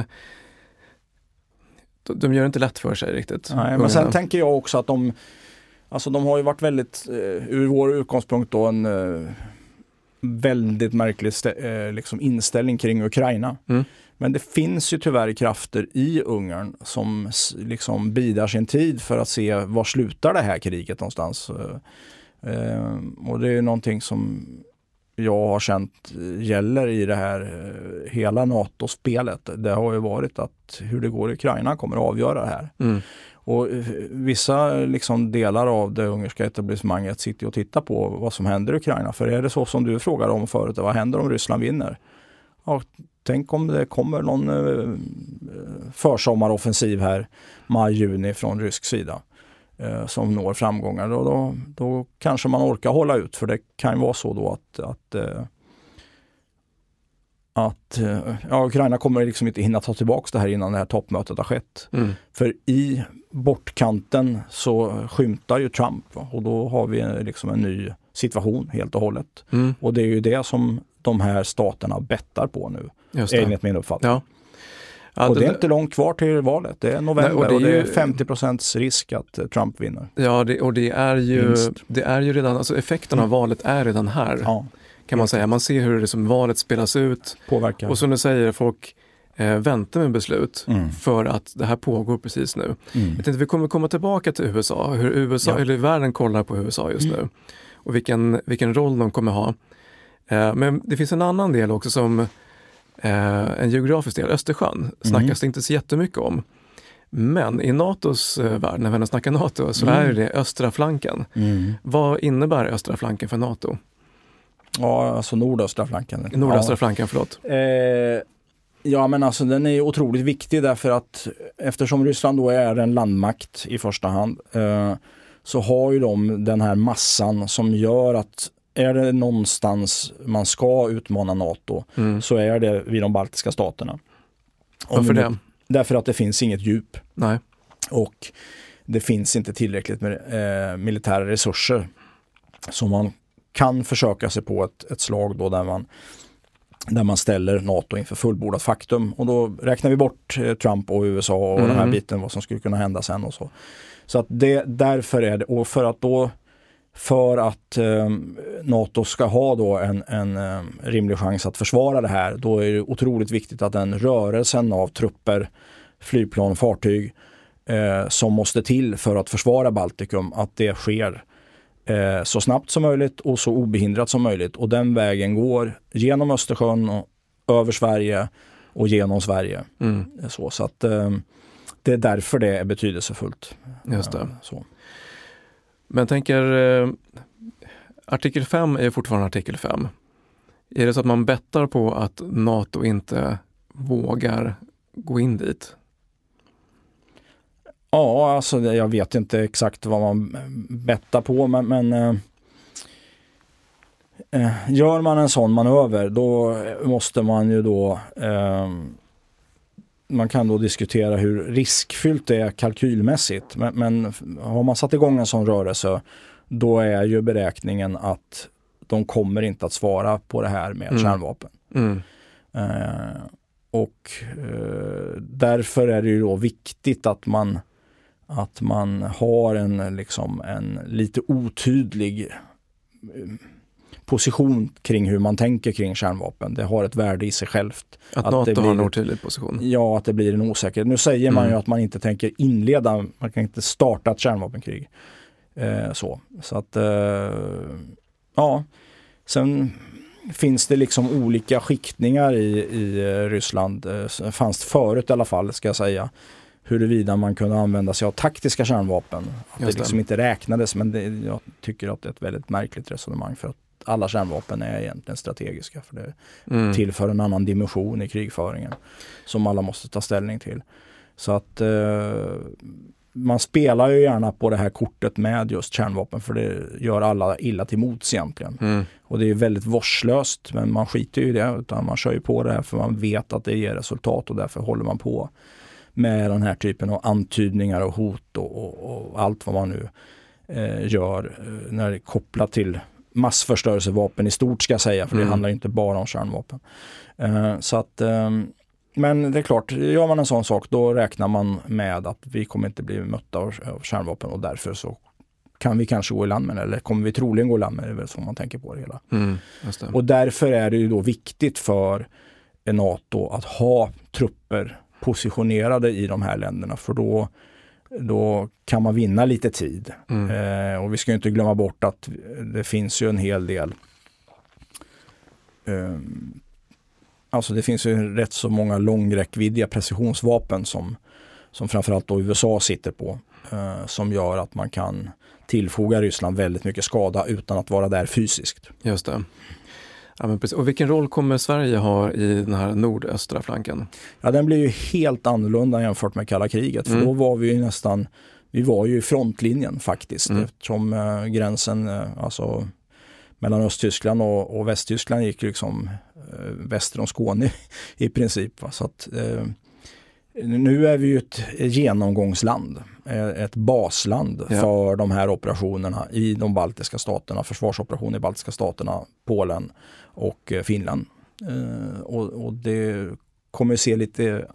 De gör det inte lätt för sig riktigt. Nej, men sen tänker jag också att de, alltså de har ju varit väldigt, eh, ur vår utgångspunkt då, en eh, väldigt märklig stä- eh, liksom inställning kring Ukraina. Mm. Men det finns ju tyvärr krafter i Ungern som liksom bidar sin tid för att se var slutar det här kriget någonstans. Eh, och det är någonting som jag har känt gäller i det här hela NATO-spelet. Det har ju varit att hur det går i Ukraina kommer att avgöra det här. Mm. Och vissa liksom delar av det ungerska etablissemanget sitter och tittar på vad som händer i Ukraina. För är det så som du frågade om förut, vad händer om Ryssland vinner? Ja, tänk om det kommer någon eh, försommaroffensiv här maj-juni från rysk sida eh, som når framgångar. Då, då, då kanske man orkar hålla ut, för det kan ju vara så då att, att, eh, att ja, Ukraina kommer liksom inte hinna ta tillbaka det här innan det här toppmötet har skett. Mm. För i bortkanten så skymtar ju Trump, va? Och då har vi liksom en ny situation helt och hållet. Mm. Och det är ju det som de här staterna bettar på nu, enligt min uppfattning. Ja. Ja, och det, det är inte långt kvar till valet. Det är november. Nej, och, det och det är ju femtio procents risk att Trump vinner. Ja, det, och det är ju, det är ju redan, alltså effekterna av valet är redan här. Ja. Kan man säga. Man ser hur det som valet spelas ut. Påverkar. Och som du säger, folk eh, väntar med beslut mm. för att det här pågår precis nu. Mm. Jag tänkte vi kommer komma tillbaka till U S A. Hur U S A, ja. eller världen kollar på U S A just mm. nu. Och vilken, vilken roll de kommer ha. Eh, men det finns en annan del också som eh, en geografisk del. Östersjön snackas mm. det inte så jättemycket om. Men i NATOs eh, värld, när vi snackar NATO, så mm. är det östra flanken. Mm. Vad innebär östra flanken för NATO? Ja, alltså nordöstra flanken. Nordöstra ja. flanken, förlåt. Eh, ja, men alltså den är otroligt viktig därför att eftersom Ryssland då är en landmakt i första hand eh, så har ju de den här massan som gör att är det någonstans man ska utmana NATO mm. så är det vid de baltiska staterna. Varför det? Därför att det finns inget djup. Nej. Och det finns inte tillräckligt med eh, militära resurser som man kan försöka sig på ett, ett slag då där man, där man ställer NATO inför fullbordat faktum. Och då räknar vi bort eh, Trump och U S A och mm. den här biten, vad som skulle kunna hända sen och så. Så att det, därför är det, och för att då för att eh, NATO ska ha då en, en eh, rimlig chans att försvara det här, då är det otroligt viktigt att den rörelsen av trupper, flygplan, fartyg eh, som måste till för att försvara Baltikum, att det sker eh, så snabbt som möjligt och så obehindrat som möjligt. Och den vägen går genom Östersjön och över Sverige och genom Sverige. Mm. Så, så att eh, det är därför det är betydelsefullt. Just det. Eh, så. Men jag tänker, eh, artikel fem är fortfarande artikel fem. Är det så att man bettar på att NATO inte vågar gå in dit? Ja, alltså jag vet inte exakt vad man bettar på, men, men eh, eh, gör man en sån manöver, då måste man ju då eh, man kan då diskutera hur riskfyllt det är kalkylmässigt, men, men har man satt igång en sån rörelse, då är ju beräkningen att de kommer inte att svara på det här med mm. kärnvapen. Mm. Eh, och eh, därför är det ju då viktigt att man att man har en, liksom, en lite otydlig position kring hur man tänker kring kärnvapen. Det har ett värde i sig självt. Att, att NATO det blir, har en otydlig position. Ja, att det blir en osäkerhet. Nu säger man mm. ju att man inte tänker inleda, man kan inte starta ett kärnvapenkrig. Eh, så. Så att, eh, ja. Sen finns det liksom olika skiktningar i, i Ryssland. Eh, fanns förut i alla fall, ska jag säga. Huruvida man kunde använda sig av taktiska kärnvapen. Att det liksom inte räknades, men det, jag tycker att det är ett väldigt märkligt resonemang, för att alla kärnvapen är egentligen strategiska, för det mm. tillför en annan dimension i krigföringen som alla måste ta ställning till. Så att eh, man spelar ju gärna på det här kortet med just kärnvapen, för det gör alla illa till mots egentligen. Mm. Och det är väldigt vårdslöst, men man skiter ju i det, utan man kör ju på det här för man vet att det ger resultat, och därför håller man på med den här typen av antydningar och hot och, och, och allt vad man nu eh, gör eh, när det är kopplat till massförstörelsevapen i stort, ska jag säga, för mm. det handlar ju inte bara om kärnvapen. Eh, så att, eh, men det är klart, gör man en sån sak, då räknar man med att vi kommer inte bli mötta av, av kärnvapen, och därför så kan vi kanske gå i land med det, eller kommer vi troligen gå i land med det, är väl så man tänker på det hela. Mm, just det. Och därför är det ju då viktigt för NATO att ha trupper positionerade i de här länderna, för då, då kan man vinna lite tid. Mm. Eh, och vi ska ju inte glömma bort att det finns ju en hel del eh, alltså det finns ju rätt så många långräckviddiga precisionsvapen som, som framförallt då U S A sitter på, eh, som gör att man kan tillfoga Ryssland väldigt mycket skada utan att vara där fysiskt. Just det. Ja, men precis. Och vilken roll kommer Sverige ha i den här nordöstra flanken? Ja, den blir ju helt annorlunda jämfört med kalla kriget. Mm. För då var vi ju nästan, vi var ju i frontlinjen faktiskt. Mm. Eftersom äh, gränsen äh, alltså, mellan Östtyskland och, och Västtyskland gick liksom äh, väster om Skåne i princip. Va? Så att, äh, nu är vi ju ett genomgångsland, ett basland ja. för de här operationerna i de baltiska staterna, försvarsoperationer i baltiska staterna, Polen och Finland. Och, och det kommer se lite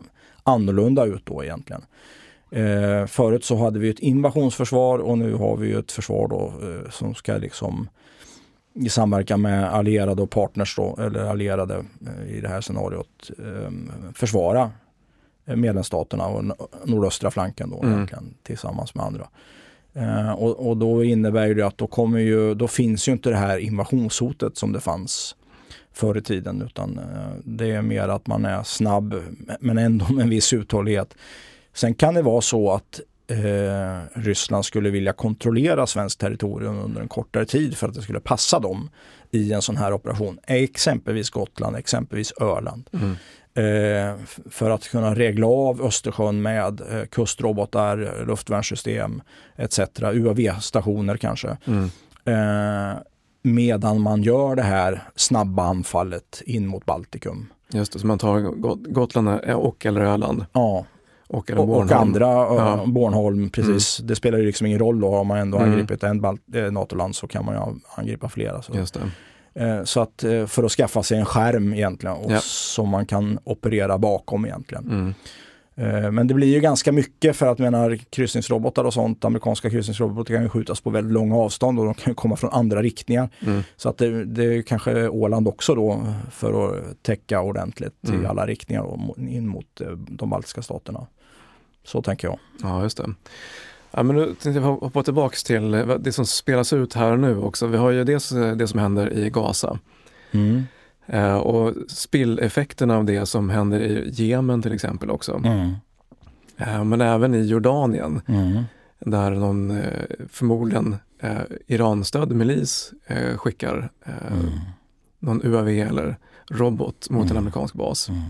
annorlunda ut då egentligen. Eh, förut så hade vi ett invasionsförsvar och nu har vi ett försvar då, eh, som ska liksom i samverkan med allierade och partners då, eller allierade eh, i det här scenariot eh, försvara medlemsstaterna och nordöstra flanken då mm. egentligen tillsammans med andra. Eh, och, och då innebär det att då kommer ju, då finns ju inte det här invasionshotet som det fanns förr i tiden, utan eh, det är mer att man är snabb men ändå med en viss uthållighet. Sen kan det vara så att eh, Ryssland skulle vilja kontrollera svenskt territorium under en kortare tid för att det skulle passa dem i en sån här operation. Exempelvis Gotland, exempelvis Öland. Mm. Eh, för att kunna regla av Östersjön med eh, kustrobotar, luftvärnssystem et cetera. U A V-stationer kanske. Mm. Eh, medan man gör det här snabba anfallet in mot Baltikum. Just det, så man tar Gotland och eller Öland. Ja. Och, och, och andra, ja. Bornholm, precis. Mm. Det spelar ju liksom ingen roll då. Om man ändå mm. angripit en Balt- NATO-land så kan man ju angripa flera. Så. Just det. Eh, så att eh, för att skaffa sig en skärm egentligen och ja. som man kan operera bakom egentligen. Mm. Eh, men det blir ju ganska mycket för att menar kryssningsrobotar och sånt, amerikanska kryssningsrobotar kan ju skjutas på väldigt långa avstånd och de kan komma från andra riktningar. Mm. Så att det, det är kanske Åland också då för att täcka ordentligt mm. i alla riktningar och in mot de baltiska staterna. Så tänker jag. Ja, just det. Ja, men nu tänkte jag hoppa tillbaka till det som spelas ut här nu också. Vi har ju dels det som händer i Gaza. Mm. Eh, och spilleffekterna av det som händer i Jemen till exempel också. Mm. Eh, men även i Jordanien. Mm. Där någon eh, förmodligen eh, Iran-stödd milis eh, skickar eh, mm. någon U A V eller robot mot mm. en amerikansk bas. Mm.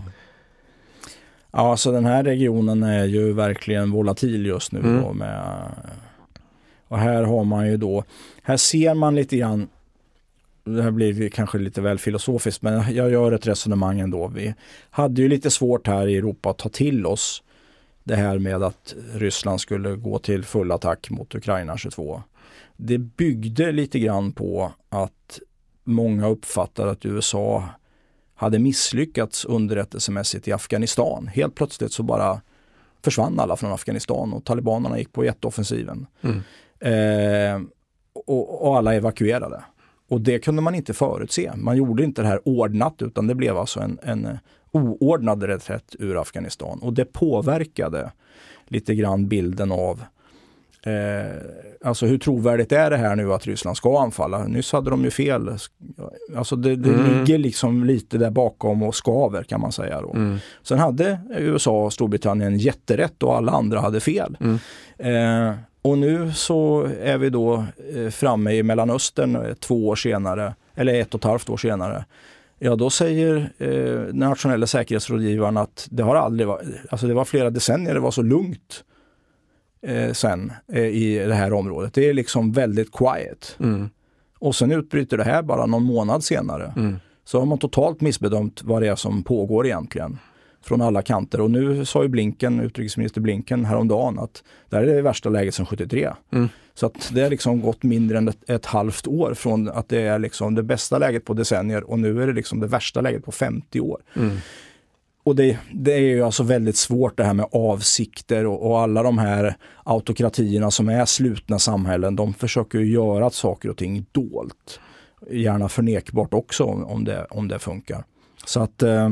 Ja, så den här regionen är ju verkligen volatil just nu. Mm. Då med, och här har man ju då, här ser man lite grann, det här blir kanske lite väl filosofiskt, men jag gör ett resonemang ändå. Vi hade ju lite svårt här i Europa att ta till oss det här med att Ryssland skulle gå till full attack mot Ukraina tjugotvå. Det byggde lite grann på att många uppfattar att U S A hade misslyckats underrättelsemässigt i Afghanistan. Helt plötsligt så bara försvann alla från Afghanistan och talibanerna gick på jätteoffensiven. Mm. Eh, och, och alla evakuerade. Och det kunde man inte förutse. Man gjorde inte det här ordnat utan det blev alltså en, en oordnad reträtt ur Afghanistan. Och det påverkade lite grann bilden av Eh, alltså hur trovärdigt är det här nu att Ryssland ska anfalla? Nyss hade de ju fel. Alltså det, det mm. ligger liksom lite där bakom och skaver kan man säga då. Mm. Sen hade U S A och Storbritannien jätterätt och alla andra hade fel. Mm. Eh, och nu så är vi då eh, framme i Mellanöstern eh, två år senare, eller ett och ett halvt år senare. Ja, då säger eh, nationella säkerhetsrådgivaren att det har aldrig varit, alltså det var flera decennier det var så lugnt. Eh, sen eh, i det här området. Det är liksom väldigt quiet. Mm. Och sen utbryter det här bara någon månad senare. Mm. Så har man totalt missbedömt vad det är som pågår egentligen. Från alla kanter. Och nu sa ju Blinken, utrikesminister Blinken häromdagen att det här är det värsta läget sedan sjuttiotre. Mm. Så att det har liksom gått mindre än ett, ett halvt år från att det är liksom det bästa läget på decennier och nu är det liksom det värsta läget på femtio år. Mm. Och det, det är ju alltså väldigt svårt det här med avsikter och, och alla de här autokratierna som är slutna samhällen, de försöker ju göra att saker och ting dolt. Gärna förnekbart också om det, om det funkar. Så att eh,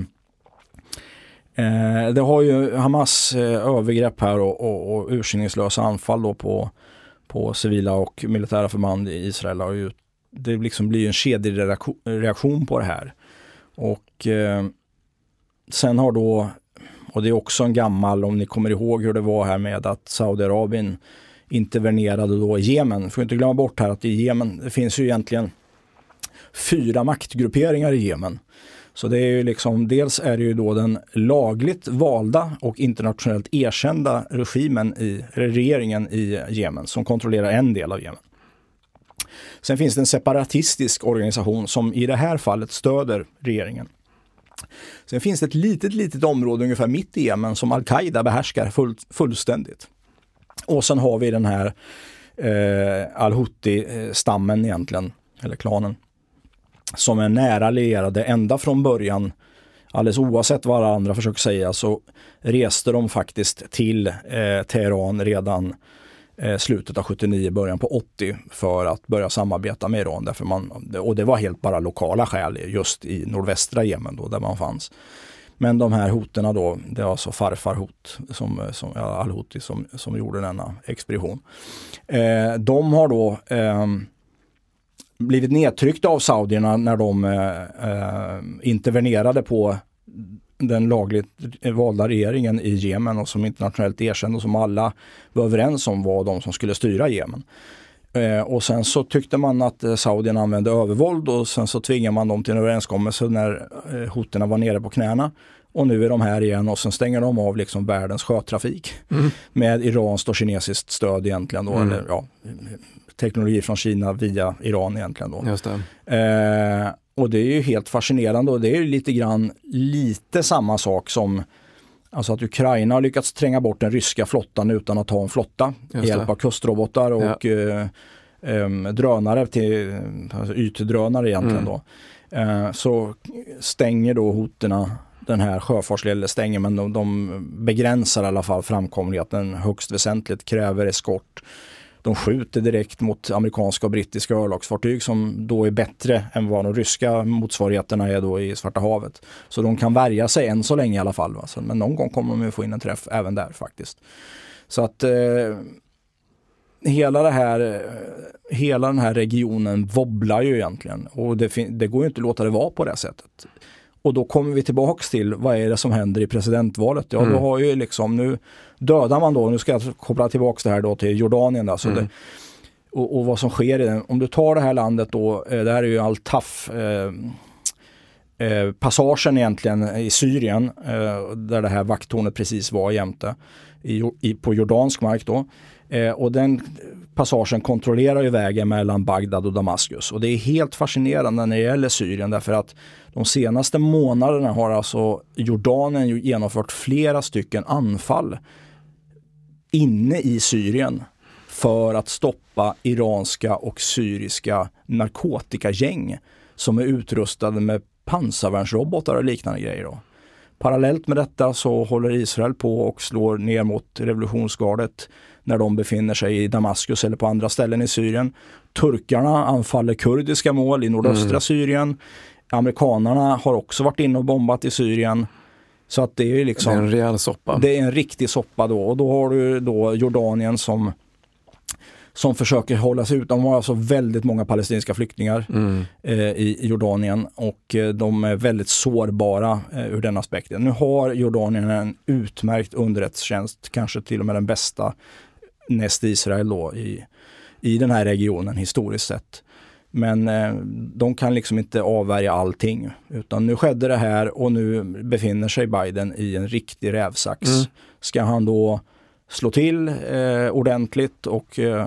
eh, det har ju Hamas eh, övergrepp här och, och, och urskillningslösa anfall då på, på civila och militära förband i Israel. Och ju, det liksom blir ju en kedjereaktion på det här. Och eh, sen har då, och det är också en gammal, om ni kommer ihåg hur det var här med att Saudiarabien intervenerade då i Jemen. Får inte glömma bort här att i Jemen, det finns ju egentligen fyra maktgrupperingar i Jemen. Så det är ju liksom, dels är det ju då den lagligt valda och internationellt erkända regimen i, regeringen i Jemen som kontrollerar en del av Jemen. Sen finns det en separatistisk organisation som i det här fallet stöder regeringen. Sen finns det ett litet, litet område ungefär mitt i Jemen som Al-Qaida behärskar full, fullständigt. Och sen har vi den här eh, Al-Houthi-stammen egentligen, eller klanen, som är nära allierade ända från början alldeles oavsett vad alla andra försöker säga så reste de faktiskt till eh, Teheran redan eh, slutet av sjuttionio, början på åttio för att börja samarbeta med Iran. Därför man, och det var helt bara lokala skäl just i nordvästra Jemen då, där man fanns. Men de här hoterna då, det var alltså Farfar-hot som, som, ja, al-Houthi som, som gjorde denna expedition. Eh, de har då eh, blivit nedtryckta av saudierna när de eh, intervenerade på den lagligt valda regeringen i Jemen och som internationellt erkänd och som alla var överens om var de som skulle styra Jemen. Eh, och sen så tyckte man att eh, saudierna använde övervåld och sen så tvingade man dem till en överenskommelse när eh, hoterna var nere på knäna. Och nu är de här igen och sen stänger de av liksom världens sjötrafik mm. med iranskt och kinesiskt stöd egentligen då, mm. eller ja, teknologi från Kina via Iran egentligen då. Just det. Eh, och det är ju helt fascinerande och det är ju lite grann lite samma sak som alltså att Ukraina har lyckats tränga bort den ryska flottan utan att ha en flotta med hjälp av kustrobotar och ja. eh, eh, drönare till alltså ytdrönare egentligen mm. då. Eh, så stänger då hoterna den här sjöfartsleden stänger men de, de begränsar i alla fall framkomligheten högst väsentligt, kräver eskort. De skjuter direkt mot amerikanska och brittiska örlogsfartyg som då är bättre än vad de ryska motsvarigheterna är då i Svarta havet. Så de kan värja sig än så länge i alla fall. Va? Så, men någon gång kommer de ju få in en träff även där faktiskt. Så att eh, hela, det här, hela den här regionen wobblar ju egentligen. Och det, det går ju inte att låta det vara på det sättet. Och då kommer vi tillbaks till vad är det som händer i presidentvalet. Ja, mm. då har ju liksom, nu dödar man då, nu ska jag koppla tillbaks det här då till Jordanien. Då, så mm. det, och, och vad som sker i den. Om du tar det här landet då, det här är ju Al-Taf, eh, eh, passagen egentligen i Syrien, eh, där det här vakttornet precis var jämte, i, i, på jordansk mark då. Eh, och den passagen kontrollerar ju vägen mellan Bagdad och Damaskus. Och det är helt fascinerande när det gäller Syrien därför att de senaste månaderna har alltså Jordanien genomfört flera stycken anfall inne i Syrien för att stoppa iranska och syriska narkotikagäng som är utrustade med pansarvärnsrobotar och liknande grejer då. Parallellt med detta så håller Israel på och slår ner mot revolutionsgardet när de befinner sig i Damaskus eller på andra ställen i Syrien. Turkarna anfaller kurdiska mål i nordöstra mm. Syrien. Amerikanerna har också varit inne och bombat i Syrien. Så att det är liksom... Det är en rejäl soppa. Det är en riktig soppa då. Och då har du då Jordanien som, som försöker hålla sig ut. De har alltså väldigt många palestinska flyktingar mm. eh, i Jordanien. Och eh, de är väldigt sårbara eh, ur den aspekten. Nu har Jordanien en utmärkt underrättelsetjänst. Kanske till och med den bästa näst Israel då i, i den här regionen historiskt sett. Men eh, de kan liksom inte avvärja allting. Utan nu skedde det här och nu befinner sig Biden i en riktig rävsax. Mm. Ska han då slå till eh, ordentligt och eh,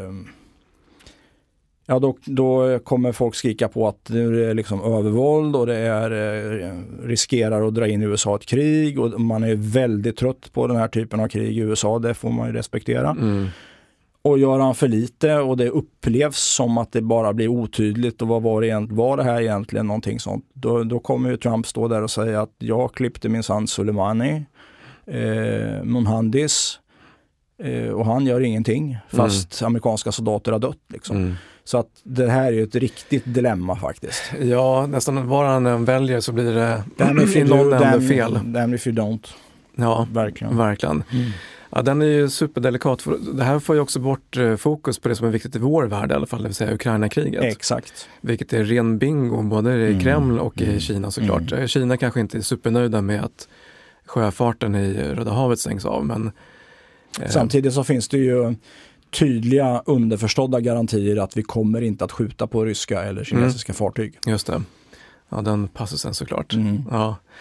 ja, då, då kommer folk skrika på att det är liksom övervåld och det är eh, riskerar att dra in U S A ett krig och man är väldigt trött på den här typen av krig i U S A, det får man ju respektera. Mm. Och gör han för lite och det upplevs som att det bara blir otydligt och vad var det, egent- var det här egentligen någonting sånt. Då, då kommer ju Trump stå där och säga att jag klippte min son Soleimani, eh, Mohandis eh, och han gör ingenting fast mm. amerikanska soldater har dött liksom. Mm. Så att det här är ju ett riktigt dilemma faktiskt. Ja, nästan var han än väljer så blir det i någon enda fel. Damn if you don't. Ja, verkligen. verkligen. Mm. Ja, den är ju superdelikat. Det här får ju också bort fokus på det som är viktigt i vår värld i alla fall, det vill säga Ukraina-kriget. Exakt. Vilket är ren bingo både i mm. Kreml och mm. i Kina såklart. Mm. Kina kanske inte är supernöjda med att sjöfarten i Röda havet stängs av, men... Eh... Samtidigt så finns det ju tydliga underförstådda garantier att vi kommer inte att skjuta på ryska eller kinesiska mm. fartyg. Just det. Ja, den passusen såklart. Mm. Ja.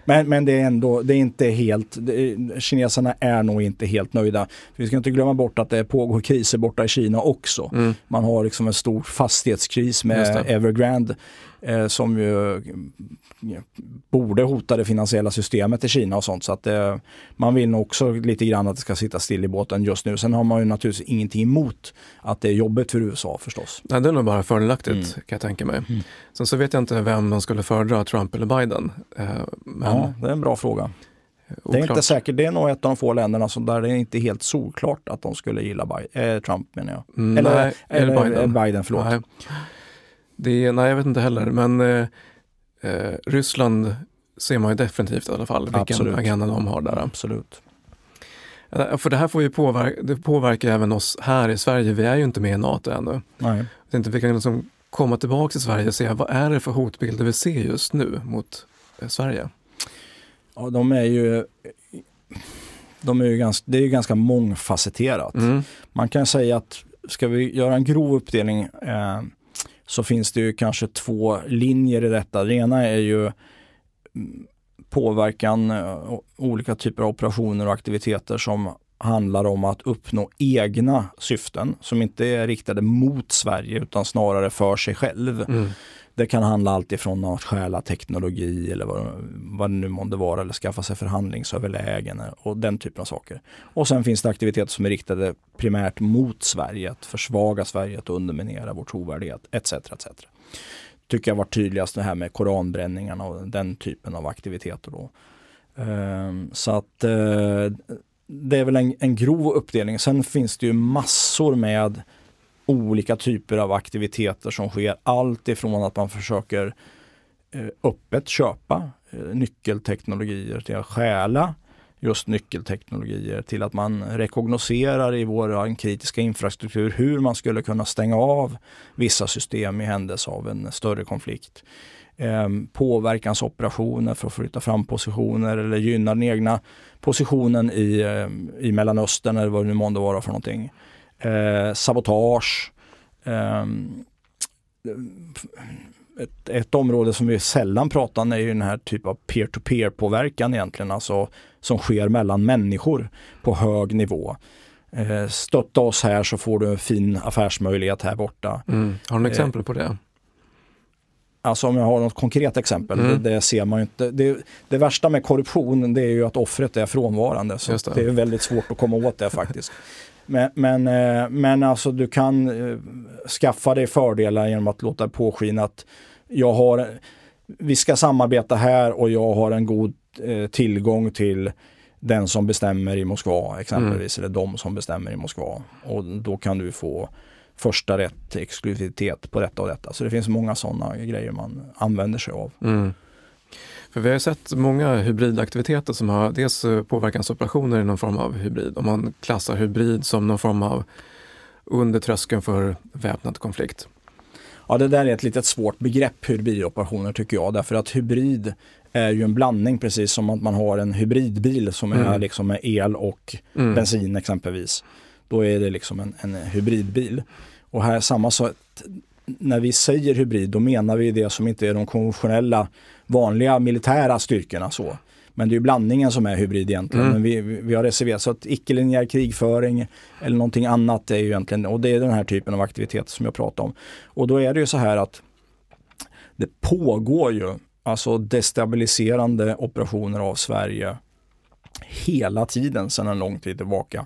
Men, men det är ändå, det är inte helt, det, kineserna är nog inte helt nöjda. Vi ska inte glömma bort att det pågår kriser borta i Kina också. Mm. Man har liksom en stor fastighetskris med Evergrande eh, som ju ja, borde hota det finansiella systemet i Kina och sånt. Så att eh, man vill nog också lite grann att det ska sitta still i båten just nu. Sen har man ju naturligtvis ingenting emot att det är jobbigt för U S A förstås. Nej, det är nog bara fördelaktigt mm. kan jag tänka mig. Mm. Sen så vet jag inte vem de skulle föredra, Trump eller Biden. Eh, men... Ja, det är en bra fråga. Oklart. Det är inte säkert, det är nog ett av de få länderna som där det är inte helt solklart att de skulle gilla Biden, eh, Trump menar jag. Mm, eller, nej, eller, eller Biden. Biden, förlåt. Nej. Det är, nej, jag vet inte heller, men eh, eh, Ryssland ser man ju definitivt i alla fall, vilken Absolut. agenda de har där. Absolut. Eh, för det här får ju påverka, det påverkar även oss här i Sverige, vi är ju inte med i NATO ännu. Nej. Det är inte, vi kan liksom komma tillbaka till Sverige och se vad är det för hotbilder vi ser just nu mot eh, Sverige. Ja, de är ju, de är ju ganska, det är ju ganska mångfacetterat. Mm. Man kan säga att ska vi göra en grov uppdelning eh, så finns det ju kanske två linjer i detta. Det ena är ju påverkan, eh, olika typer av operationer och aktiviteter som handlar om att uppnå egna syften som inte är riktade mot Sverige utan snarare för sig själv. Mm. Det kan handla allt ifrån att stjäla teknologi eller vad, vad det nu måste vara eller skaffa sig förhandlingsöverlägen och den typen av saker. Och sen finns det aktiviteter som är riktade primärt mot Sverige, att försvaga Sverige, att underminera vår trovärdighet et cetera et cetera. Tycker jag var tydligast det här med koranbränningarna och den typen av aktiviteter då. Um, så att uh, det är väl en, en grov uppdelning. Sen finns det ju massor med olika typer av aktiviteter som sker. Allt ifrån att man försöker eh, öppet köpa eh, nyckelteknologier till att stjäla just nyckelteknologier till att man rekognoserar i vår kritiska infrastruktur hur man skulle kunna stänga av vissa system i händelse av en större konflikt. Eh, påverkansoperationer för att flytta fram positioner eller gynna den egna positionen i, eh, i Mellanöstern eller vad det nu månde vara för någonting. Eh, sabotage. Eh, ett, ett område som vi sällan pratar om är ju den här typen av peer-to-peer påverkan egentligen, alltså som sker mellan människor på hög nivå. Eh, stötta oss här så får du en fin affärsmöjlighet här borta. Mm. Har du några exempel eh, på det? Alltså om jag har något konkret exempel, mm. det, det ser man ju inte. Det, det värsta med korruption det är ju att offret är frånvarande. Så det. det är väldigt svårt att komma åt det faktiskt. Men, men, men alltså du kan skaffa dig fördelar genom att låta påskina att jag har, vi ska samarbeta här och jag har en god tillgång till den som bestämmer i Moskva exempelvis, mm. eller de som bestämmer i Moskva. Och då kan du få första rätt exklusivitet på detta och detta. Så det finns många sådana grejer man använder sig av. Mm. För vi har ju sett många hybridaktiviteter som har dels påverkansoperationer i någon form av hybrid. Om man klassar hybrid som någon form av under tröskeln för väpnad konflikt. Ja, det där är ett litet svårt begrepp, hybridoperationer tycker jag. Därför att hybrid är ju en blandning, precis som att man har en hybridbil som är mm. liksom med el och mm. bensin exempelvis. Då är det liksom en, en hybridbil. Och här samma sak, när vi säger hybrid då menar vi det som inte är de konventionella vanliga militära styrkorna så. Men det är ju blandningen som är hybrid egentligen. Mm. Men vi, vi har reserverat så att icke-linjär krigföring eller någonting annat är ju egentligen, och det är den här typen av aktivitet som jag pratar om. Och då är det ju så här att det pågår ju alltså destabiliserande operationer av Sverige hela tiden sedan en lång tid tillbaka.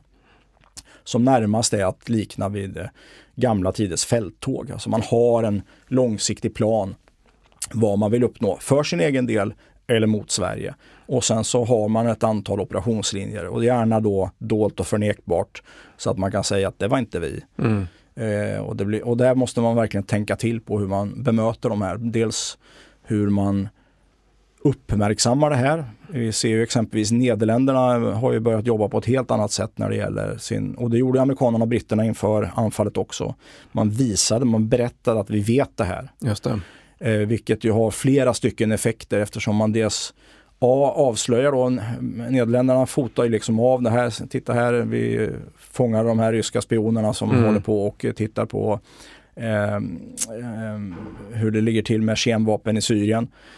Som närmast är att likna vid gamla tiders fälttåg. Alltså man har en långsiktig plan vad man vill uppnå för sin egen del eller mot Sverige. Och sen så har man ett antal operationslinjer och gärna då dolt och förnekbart så att man kan säga att det var inte vi. Mm. Eh, och, det blir, och där måste man verkligen tänka till på hur man bemöter de här. Dels hur man uppmärksammar det här. Vi ser ju exempelvis Nederländerna har ju börjat jobba på ett helt annat sätt när det gäller sin, och det gjorde amerikanerna och britterna inför anfallet också. Man visade, man berättade att vi vet det här. Just det. Eh, vilket ju har flera stycken effekter eftersom man dels A, avslöjar då, Nederländerna fotar ju liksom av det här, titta här, vi fångar de här ryska spionerna som mm. håller på och tittar på eh, eh, hur det ligger till med kemvapen i Syrien.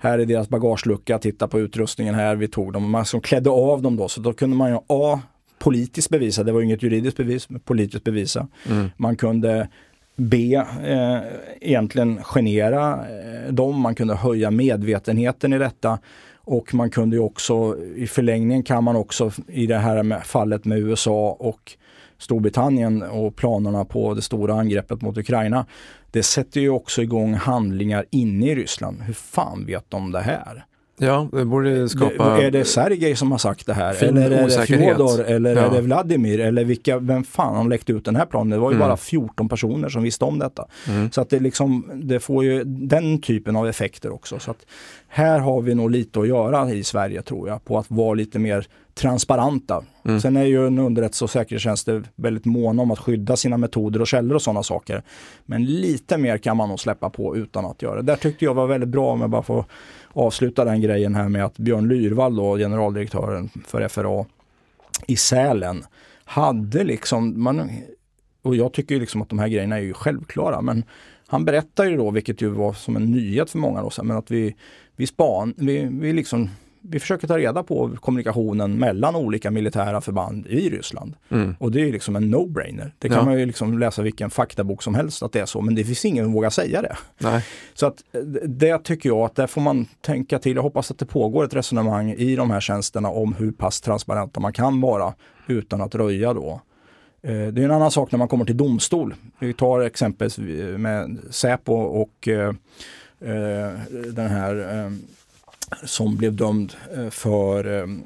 här är deras bagagelucka, titta på utrustningen här, vi tog dem. Man som klädde av dem då, så då kunde man ju A, politiskt bevisa, det var inget juridiskt bevis, men politiskt bevisa. Mm. Man kunde B, eh, egentligen genera eh, dem, man kunde höja medvetenheten i detta. Och man kunde ju också, i förlängningen kan man också i det här med fallet med U S A och Storbritannien och planerna på det stora angreppet mot Ukraina. Det sätter ju också igång handlingar inne i Ryssland. Hur fan vet de det här? Ja, det borde skapa... Är det Sergej som har sagt det här? Eller är det Fjodor? Eller ja. är det Vladimir? Eller vilka, vem fan har läckt ut den här planen? Det var ju mm. bara fjorton personer som visste om detta. Mm. Så att det liksom, det får ju den typen av effekter också. Så att här har vi nog lite att göra i Sverige, tror jag, på att vara lite mer transparenta. Mm. Sen är ju en underrättelse- och säkerhetstjänst väldigt mån om att skydda sina metoder och källor och sådana saker. Men lite mer kan man nog släppa på utan att göra det. Där tyckte jag var väldigt bra, om jag bara får avsluta den grejen här med att Björn Lyrvall, då, generaldirektören för F R A i Sälen, hade liksom, man, och jag tycker liksom att de här grejerna är ju självklara, men han berättar ju då, vilket ju var som en nyhet för många då, men att vi, vi span, vi, vi liksom vi försöker ta reda på kommunikationen mellan olika militära förband i Ryssland. Mm. Och det är liksom en no-brainer. Det kan ja. man ju liksom läsa vilken faktabok som helst att det är så, men det finns ingen som vågar säga det. Nej. Så att det tycker jag att där får man tänka till. Jag hoppas att det pågår ett resonemang i de här tjänsterna om hur pass transparenta man kan vara utan att röja då. Det är en annan sak när man kommer till domstol. Vi tar exempelvis med Säpo och eh, den här eh, som blev dömd för eh,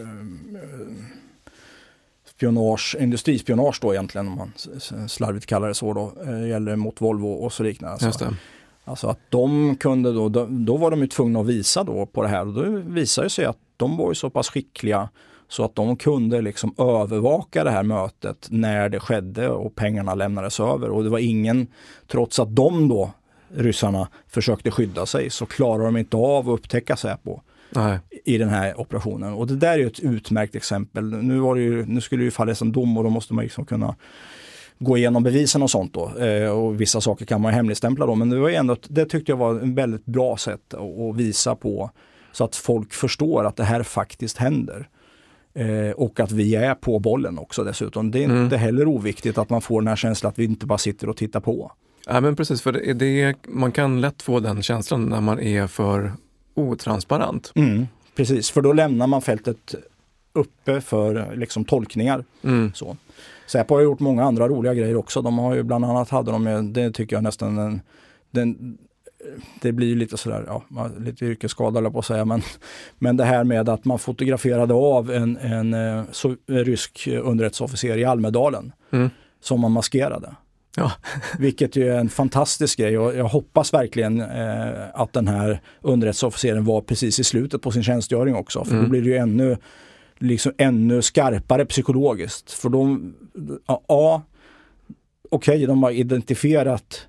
spionage, industrispionage då egentligen, om man slarvigt kallar det så då, eh, gäller mot Volvo och så liknande. Alltså. Just det. Alltså att de kunde då, då, då var de ju tvungna att visa då på det här, och då visade det sig att de var ju så pass skickliga så att de kunde liksom övervaka det här mötet när det skedde och pengarna lämnades över, och det var ingen, trots att de då ryssarna försökte skydda sig, så klarar de inte av att upptäcka Säpo Nej. i den här operationen. Och det där är ju ett utmärkt exempel. Nu, var det ju, nu skulle det ju falla som dom, och då måste man liksom kunna gå igenom bevisen och sånt då. Eh, och vissa saker kan man hemligstämpla då. Men det var ändå, det tyckte jag var en väldigt bra sätt att, att visa på, så att folk förstår att det här faktiskt händer. Eh, och att vi är på bollen också dessutom. Det är mm. inte heller oviktigt att man får den här känslan att vi inte bara sitter och tittar på. Ja, men precis, för det, det, man kan lätt få den känslan när man är för otransparent. Mm, precis, för då lämnar man fältet uppe för liksom tolkningar. Mm. Så. Säpo har gjort många andra roliga grejer också. De har ju bland annat, hade de, det tycker jag nästan en, den, det blir ju lite sådär, ja, lite yrkesskada på att säga, men, men det här med att man fotograferade av en, en så, rysk underrättelseofficer i Almedalen mm. som man maskerade. Ja. Vilket ju är en fantastisk grej, och jag hoppas verkligen eh, att den här underrättelseofficeren var precis i slutet på sin tjänstgöring också, för mm. då blir det ju ännu, liksom, ännu skarpare psykologiskt. För de, ja, ja okej, okay, de har identifierat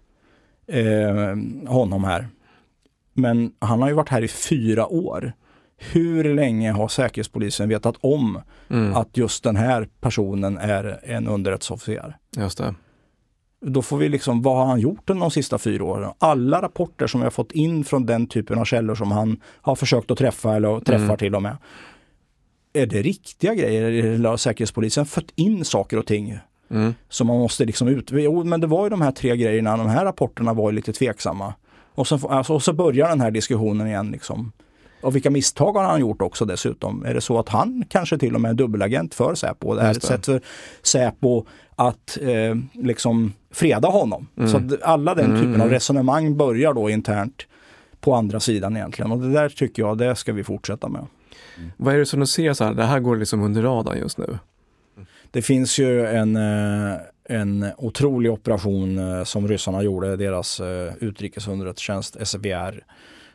eh, honom här, men han har ju varit här i fyra år. Hur länge har säkerhetspolisen vetat om mm. att just den här personen är en underrättelseofficer? Just det. Då får vi liksom, vad har han gjort de sista fyra åren? Alla rapporter som vi har fått in från den typen av källor som han har försökt att träffa eller träffar mm. till och med. Är det riktiga grejer? Eller har säkerhetspolisen fått in saker och ting mm. som man måste liksom ut... Jo, men det var ju de här tre grejerna, de här rapporterna var ju lite tveksamma. Och så, alltså, och så börjar den här diskussionen igen liksom. Och vilka misstag har han gjort också dessutom? Är det så att han kanske till och med är dubbelagent för Säpo? Det är ett sätt för Säpo att eh, liksom freda honom. Mm. Så att alla den typen mm. av resonemang börjar då internt på andra sidan egentligen. Och det där tycker jag, det ska vi fortsätta med. Mm. Vad är det som du ser så här, det här går liksom under radarn just nu? Det finns ju en, en otrolig operation som ryssarna gjorde, deras utrikesunderrättelsetjänst S V R,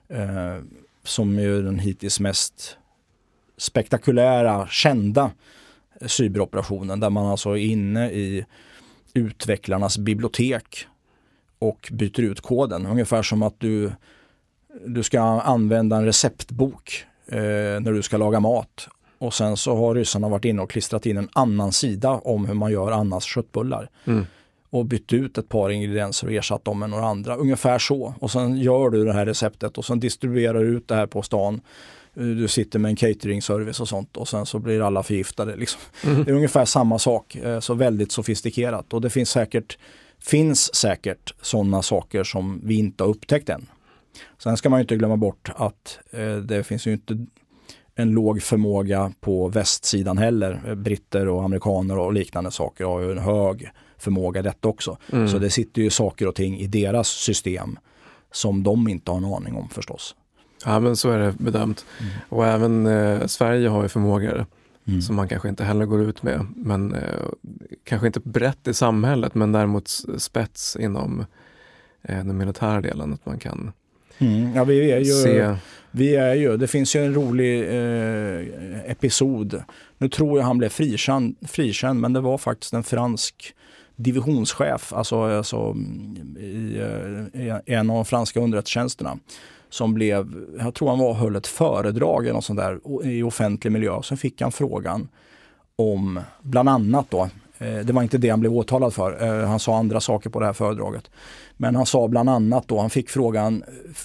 som är den hittills mest spektakulära, kända cyberoperationen, där man alltså är inne i utvecklarnas bibliotek och byter ut koden. Ungefär som att du, du ska använda en receptbok eh, när du ska laga mat. Och sen så har ryssarna varit inne och klistrat in en annan sida om hur man gör Annas köttbullar. Mm. och bytt ut ett par ingredienser och ersatt dem med några andra. Ungefär så. Och sen gör du det här receptet och sen distribuerar du ut det här på stan. Du sitter med en cateringservice och sånt och sen så blir alla förgiftade. Liksom. Mm. Det är ungefär samma sak, så väldigt sofistikerat. Och det finns säkert, finns säkert sådana saker som vi inte har upptäckt än. Sen ska man ju inte glömma bort att eh, det finns ju inte en låg förmåga på västsidan heller. Britter och amerikaner och liknande saker har ju en hög förmåga i detta också. Mm. Så det sitter ju saker och ting i deras system som de inte har en aning om förstås. Ja, men så är det bedömt. Mm. Och även eh, Sverige har ju förmågor mm. som man kanske inte heller går ut med. Men eh, kanske inte brett i samhället, men däremot spets inom eh, den militära delen. Att man kan mm. ja, vi är ju, se... Vi är ju, det finns ju en rolig eh, episod. Nu tror jag han blev frikänd, frikänd, men det var faktiskt en fransk divisionschef, alltså, alltså i, i en av de franska underrättelsetjänsterna, som blev, jag tror han var höll ett föredrag eller något sånt där i offentlig miljö. Sen fick han frågan om bland annat då, det var inte det han blev åtalad för, han sa andra saker på det här föredraget. Men han sa bland annat då, han fick frågan,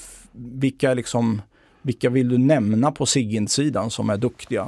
vilka liksom, vilka vill du nämna på SIGINT-sidan som är duktiga?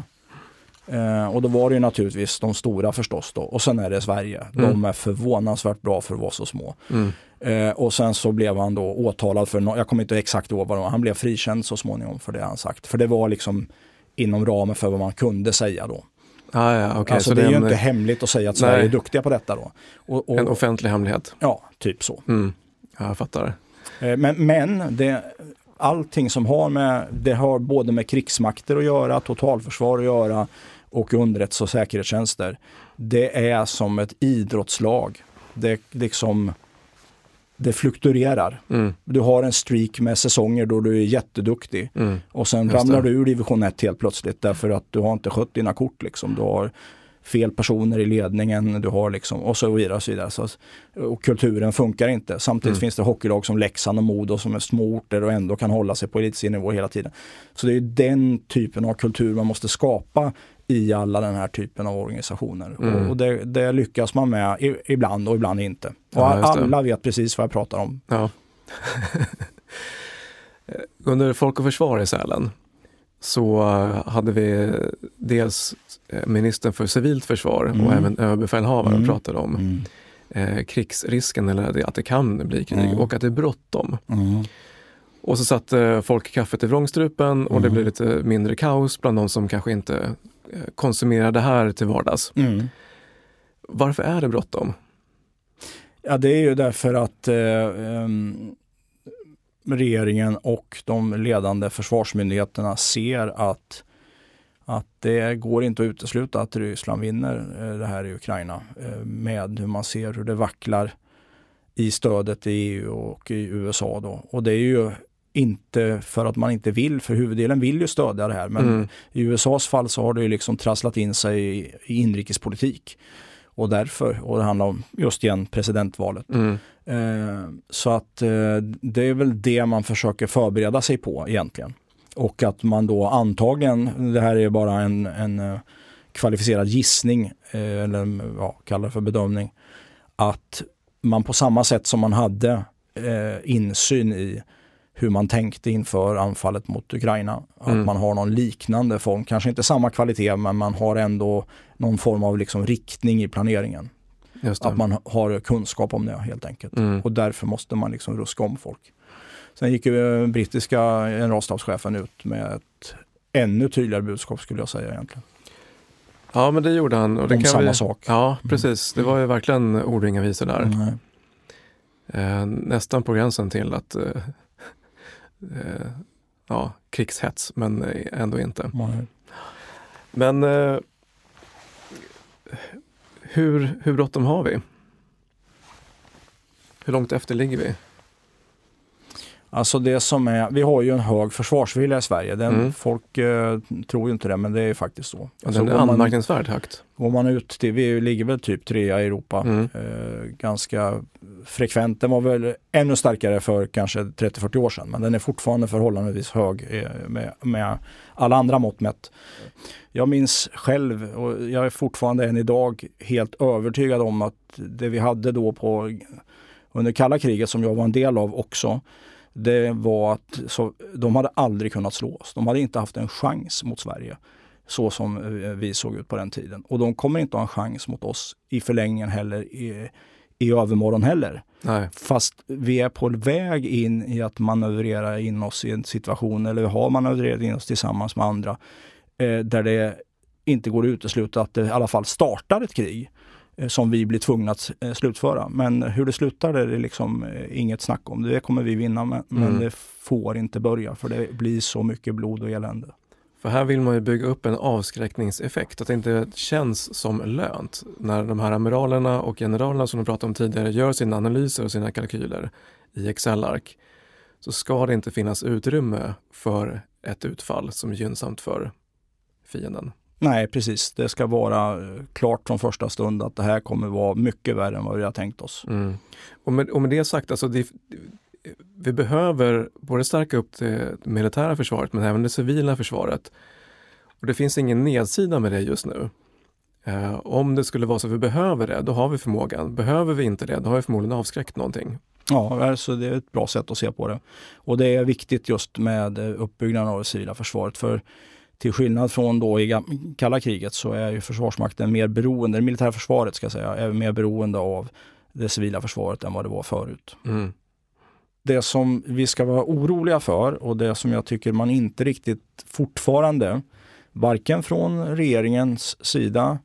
Eh, och då var det ju naturligtvis de stora förstås då. Och sen är det Sverige. Mm. De är förvånansvärt bra för att vara så små. Mm. Eh, och sen så blev han då åtalad för, no- jag kommer inte exakt ihåg vad det var, han blev frikänd så småningom för det han sagt. För det var liksom inom ramen för vad man kunde säga då. Ah, ja, okay. Alltså så det är det ju en, inte hemligt att säga att Sverige nej. är duktiga på detta då. Och, och, en offentlig hemlighet. Ja, typ så. Mm. Ja, jag fattar. Eh, men men det... Allting som har med, det har både med krigsmakter att göra, totalförsvar att göra och underrättelse- och säkerhetstjänster. Det är som ett idrottslag. Det liksom, det fluktuerar. Mm. Du har en streak med säsonger då du är jätteduktig. Mm. Och sen ramlar du ur division ett helt plötsligt därför att du har inte skött dina kort liksom. Du har fel personer i ledningen, du har liksom, och så vidare och så vidare. Så, och kulturen funkar inte. Samtidigt mm. finns det hockeylag som Leksand och Modo som är små orter och ändå kan hålla sig på elitserienivå hela tiden. Så det är den typen av kultur man måste skapa i alla den här typen av organisationer. Mm. Och, och det, det lyckas man med i, ibland och ibland inte. Och ja, alla vet precis vad jag pratar om. Ja. Under Folk och Försvar i Sälen så hade vi dels ministern för civilt försvar mm. och även överbefälhavaren mm. pratade om mm. eh, krigsrisken eller det, att det kan bli krig mm. och att det är bråttom. Mm. Och så satt eh, folk kaffet i vrångstrupen och mm. det blev lite mindre kaos bland de som kanske inte eh, konsumerar det här till vardags. Mm. Varför är det bråttom? Ja, det är ju därför att eh, um... regeringen och de ledande försvarsmyndigheterna ser att, att det går inte att utesluta att Ryssland vinner det här i Ukraina med hur man ser hur det vacklar i stödet i E U och i U S A då. Och det är ju inte för att man inte vill, för huvuddelen vill ju stödja det här, men mm. i U S As fall så har det ju liksom trasslat in sig i, i inrikespolitik. Och därför, och det handlar om just igen presidentvalet. Mm. Eh, så att eh, det är väl det man försöker förbereda sig på egentligen. Och att man då antagligen, det här är bara en, en uh, kvalificerad gissning, eh, eller ja, kallar det för bedömning, att man på samma sätt som man hade eh, insyn i hur man tänkte inför anfallet mot Ukraina. Mm. Att man har någon liknande form, kanske inte samma kvalitet, men man har ändå någon form av liksom riktning i planeringen. Att man har kunskap om det helt enkelt. Mm. Och därför måste man liksom ruska om folk. Sen gick ju brittiska generalstabschefen ut med ett ännu tydligare budskap skulle jag säga egentligen. Ja, men det gjorde han. Och det om kan samma vi... sak. Ja, precis. Det var ju verkligen ord och inga visor där. Mm. Eh, nästan på gränsen till att eh, eh, ja, krigshets, men ändå inte. Mm. Men eh, hur, hur bråttom har vi? Hur långt efter ligger vi? Alltså det som är, vi har ju en hög försvarsvilja i Sverige. Den, Mm. Folk eh, tror ju inte det, men det är faktiskt så. Ja, Alltså, den är anmärkningsvärt högt. Går man ut till, vi ligger väl typ trea i Europa, Mm. eh, ganska frekvent. Den var väl ännu starkare för kanske trettio till fyrtio år sedan, men den är fortfarande förhållandevis hög eh, med, med alla andra mått mätt. Jag minns själv, och jag är fortfarande än idag helt övertygad om att det vi hade då på under kalla kriget, som jag var en del av också, det var att så, de hade aldrig kunnat slå oss. De hade inte haft en chans mot Sverige så som vi såg ut på den tiden. Och de kommer inte ha en chans mot oss i förlängningen heller, i, i övermorgon heller. Nej. Fast vi är på väg in i att manövrera in oss i en situation, eller har manövrerat in oss tillsammans med andra, eh, där det inte går att utesluta att det i alla fall startar ett krig eh, som vi blir tvungna att eh, slutföra. Men hur det slutar det är det liksom eh, inget snack om. Det kommer vi vinna, men, mm. men det får inte börja, för det blir så mycket blod och elände. För här vill man ju bygga upp en avskräckningseffekt, att det inte känns som lönt när de här amiralerna och generalerna som de pratade om tidigare gör sina analyser och sina kalkyler i Excel-ark, så ska det inte finnas utrymme för ett utfall som är gynnsamt för fienden. Nej, precis. Det ska vara klart från första stund att det här kommer vara mycket värre än vad vi har tänkt oss. Mm. Och, med, och med det sagt, alltså det, vi behöver både stärka upp det militära försvaret men även det civila försvaret. Och det finns ingen nedsida med det just nu. Eh, om det skulle vara så att vi behöver det, då har vi förmågan. Behöver vi inte det, då har vi förmodligen avskräckt någonting. Ja, alltså det är ett bra sätt att se på det. Och det är viktigt just med uppbyggnaden av det civila försvaret. För till skillnad från då i kalla kriget så är ju Försvarsmakten mer beroende, det militära försvaret ska jag säga, är mer beroende av det civila försvaret än vad det var förut. Mm. Det som vi ska vara oroliga för, och det som jag tycker man inte riktigt fortfarande, varken från regeringens sida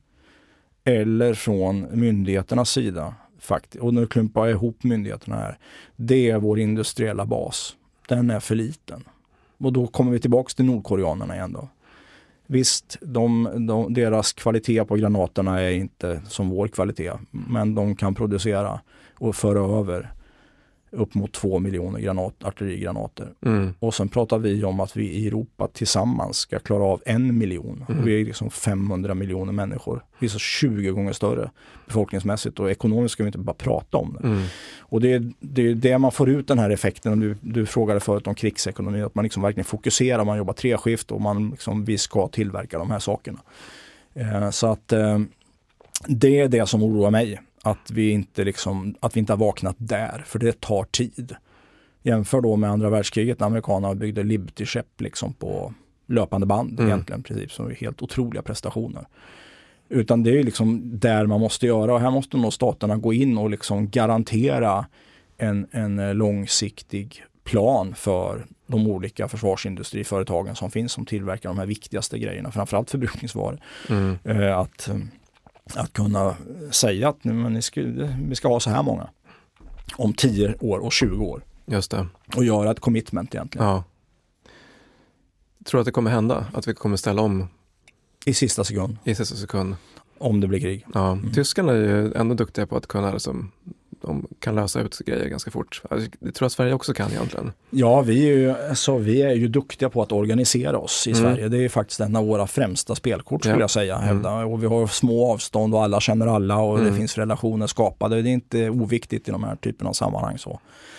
eller från myndigheternas sida, faktiskt, och nu klumpar jag ihop myndigheterna här, det är vår industriella bas. Den är för liten. Och då kommer vi tillbaka till nordkoreanerna igen då. Visst, de, de, deras kvalitet på granaterna är inte som vår kvalitet, men de kan producera och föra över upp mot två miljoner granat, artillerigranater. Mm. Och sen pratar vi om att vi i Europa tillsammans ska klara av en miljon. Mm. Och vi är liksom femhundra miljoner människor. Vi är så tjugo gånger större befolkningsmässigt, och ekonomiskt ska vi inte bara prata om det. Mm. Och det är, det är det man får ut den här effekten. Du, du frågade förut om krigsekonomi, att man liksom verkligen fokuserar, man jobbar treskift och man liksom, vi ska tillverka de här sakerna. Eh, så att eh, det är det som oroar mig. Att vi, inte liksom, att vi inte har vaknat där, för det tar tid. Jämför då med andra världskriget när amerikanerna byggde Liberty-skepp liksom på löpande band mm. egentligen, precis, som är helt otroliga prestationer. Utan det är liksom där man måste göra, och här måste nog staterna gå in och liksom garantera en, en långsiktig plan för de olika försvarsindustriföretagen som finns, som tillverkar de här viktigaste grejerna, framförallt förbrukningsvaror. Mm. Eh, att... Att kunna säga att men ni ska, vi ska ha så här många om tio år och tjugo år. Just det. Och göra ett commitment egentligen. Ja. Tror du att det kommer hända? Att vi kommer ställa om? I sista sekund. I sista sekund. Om det blir krig. Ja. Mm. Tyskarna är ju ändå duktiga på att kunna liksom, de kan lösa ut grejer ganska fort. Jag tror att Sverige också kan egentligen. Ja, vi är ju, alltså, vi är ju duktiga på att organisera oss i mm. Sverige. Det är faktiskt en av våra främsta spelkort skulle ja. jag säga. Hävda. Mm. Och vi har små avstånd och alla känner alla, och mm. det finns relationer skapade. Det är inte oviktigt i de här typen av sammanhang så.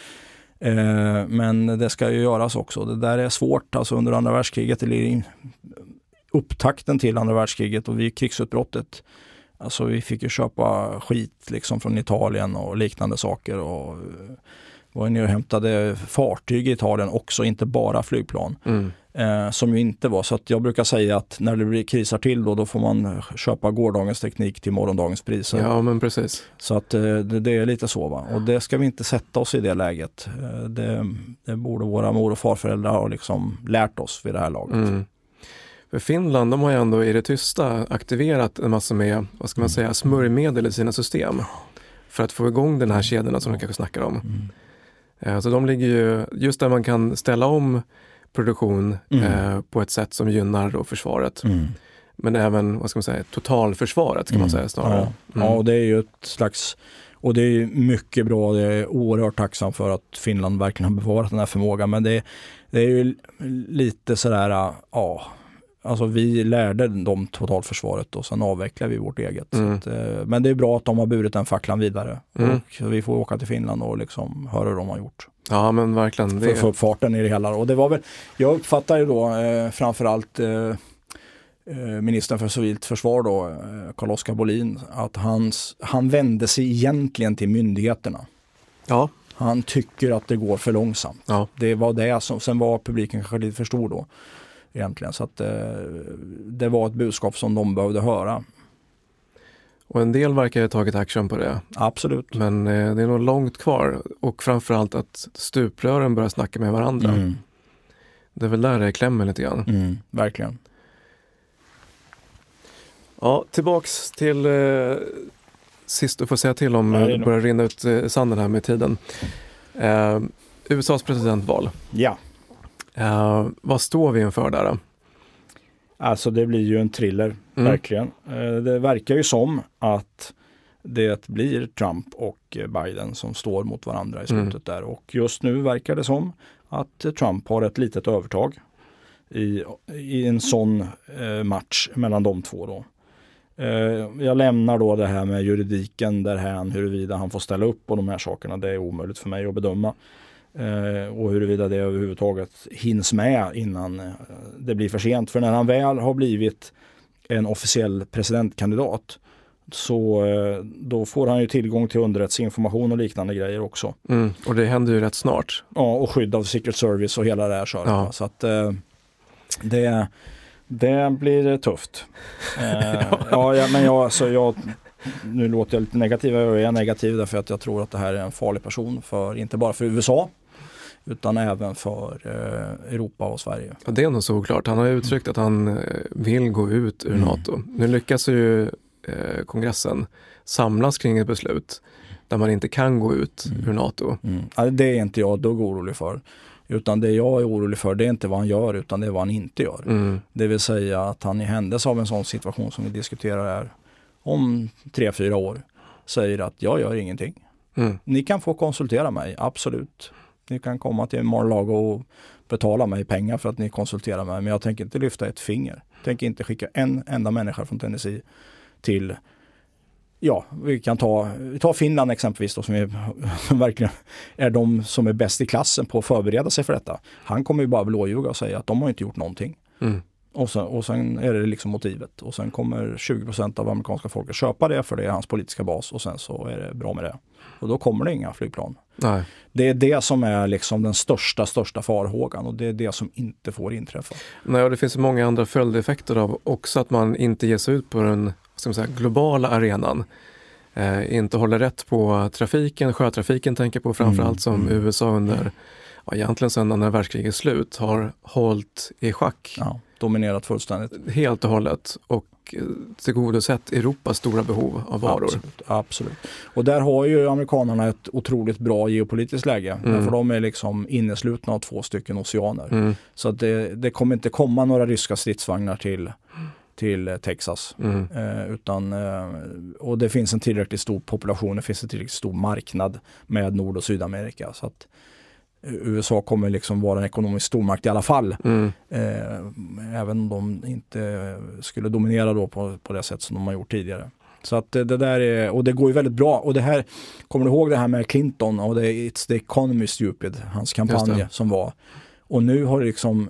Eh, men det ska ju göras också. Det där är svårt. Alltså under andra världskriget, eller upptakten till andra världskriget och vid krigsutbrottet. Alltså vi fick ju köpa skit liksom från Italien och liknande saker, och var ju hämtade fartyg i Italien också, inte bara flygplan. Mm. Eh, som ju inte var, så att jag brukar säga att när det blir krisar till då, då får man köpa gårdagens teknik till morgondagens priser. Ja, men precis. Så att eh, det, det är lite så, va? Och det ska vi inte sätta oss i det läget. Eh, det, det borde våra mor- och farföräldrar ha liksom lärt oss vid det här laget. Mm. För Finland, de har ju ändå i det tysta aktiverat en massa med, vad ska man säga, smörjmedel i sina system för att få igång den här kedjorna som de kanske snackar om. Mm. Så de ligger ju just där man kan ställa om produktion mm. eh, på ett sätt som gynnar då försvaret. Mm. Men även, vad ska man säga, totalförsvaret kan mm. man säga snarare. Ja. Mm. ja, och det är ju ett slags Och det är mycket bra, det är oerhört tacksam för att Finland verkligen har bevarat den här förmågan. Men det, det är ju lite sådär, ja, alltså vi lärde dem totalförsvaret och sen avvecklar vi vårt eget. Mm. Så att, men det är bra att de har burit den facklan vidare. Mm. Och vi får åka till Finland och liksom höra hur de har gjort. Ja, men verkligen. För att få upp farten i det hela. Och det var väl, jag uppfattar ju då eh, framförallt eh, ministern för civilt försvar då, eh, Carl-Oskar Bolin, att hans, han vände sig egentligen till myndigheterna. Ja. Han tycker att det går för långsamt. Ja. Det var det som, sen var publiken kanske lite för stor då egentligen. Så att eh, det var ett budskap som de behövde höra. Och en del verkar ha tagit action på det. Absolut. Men eh, det är nog långt kvar. Och framförallt att stuprören börjar snacka med varandra. Mm. Det är väl där det klämmer lite grann. Mm, verkligen. Ja, tillbaks till eh, sist du får säga till om Nej, det börjar rinna ut eh, sanden här med tiden. Eh, U S A:s presidentval. Ja. Eh, vad står vi inför där då? Alltså det blir ju en thriller, Mm. verkligen. Eh, det verkar ju som att det blir Trump och Biden som står mot varandra i slutet Mm. där. Och just nu verkar det som att Trump har ett litet övertag i, i en sån eh, match mellan de två då. Eh, jag lämnar då det här med juridiken där han, huruvida han får ställa upp på de här sakerna. Det är omöjligt för mig att bedöma. Eh, och huruvida det överhuvudtaget hinns med innan eh, det blir för sent. För när han väl har blivit en officiell presidentkandidat så eh, då får han ju tillgång till underrättelseinformation och liknande grejer också. Mm. Och det händer ju rätt snart. Ja, och skydd av Secret Service och hela det här köret. Ja. Så att eh, det, det blir tufft. Eh, ja, ja, men jag, alltså, jag, nu låter jag lite negativ, jag är negativ därför att jag tror att det här är en farlig person för, inte bara för U S A utan även för eh, Europa och Sverige. Ja, det är nog så oklart. Han har ju uttryckt att han eh, vill gå ut ur Mm. NATO. Nu lyckas ju eh, kongressen samlas kring ett beslut där man inte kan gå ut Mm. ur NATO. Mm. Ja, det är inte jag dugg orolig för. Utan det jag är orolig för, det är inte vad han gör utan det är vad han inte gör. Mm. Det vill säga att han i händelse av en sån situation som vi diskuterar här om tre, fyra år säger att jag gör ingenting. Mm. Ni kan få konsultera mig, absolut. Ni kan komma till Mar-a-Lago och betala mig pengar för att ni konsulterar mig. Men jag tänker inte lyfta ett finger. Jag tänker inte skicka en enda människa från Tennessee till, ja, vi kan ta, vi tar Finland exempelvis då, som, är, som verkligen är de som är bäst i klassen på att förbereda sig för detta. Han kommer ju bara blåljuga och säga att de har inte gjort någonting. Mm. Och sen, och sen är det liksom motivet. Och sen kommer tjugo procent av amerikanska folket köpa det för det är hans politiska bas och sen så är det bra med det. Och då kommer det inga flygplan. Nej. Det är det som är liksom den största, största farhågan och det är det som inte får inträffa. Nej, och det finns ju många andra följdeffekter av också att man inte ger sig ut på den ska man säga, globala arenan. Eh, inte håller rätt på trafiken, sjötrafiken tänker på framförallt Mm, som mm. U S A under, ja, egentligen sedan andra världskrigets slut har hållit i schack. Ja, dominerat fullständigt. Helt och hållet och eh, tillgodosett Europas stora behov av varor. Absolut, absolut. Och där har ju amerikanerna ett otroligt bra geopolitiskt läge. Mm. För de är liksom inneslutna av två stycken oceaner. Mm. Så att det, det kommer inte komma några ryska stridsvagnar till, till Texas. Mm. Eh, utan, eh, och det finns en tillräckligt stor population, det finns en tillräckligt stor marknad med Nord- och Sydamerika. Så att U S A kommer liksom vara en ekonomisk stormakt i alla fall. Mm. Eh, även om de inte skulle dominera då på, på det sätt som de har gjort tidigare. Så att det, det där är, och det går ju väldigt bra. Och det här, kommer du ihåg det här med Clinton och det It's the economy stupid, hans kampanj som var. Och nu har det liksom,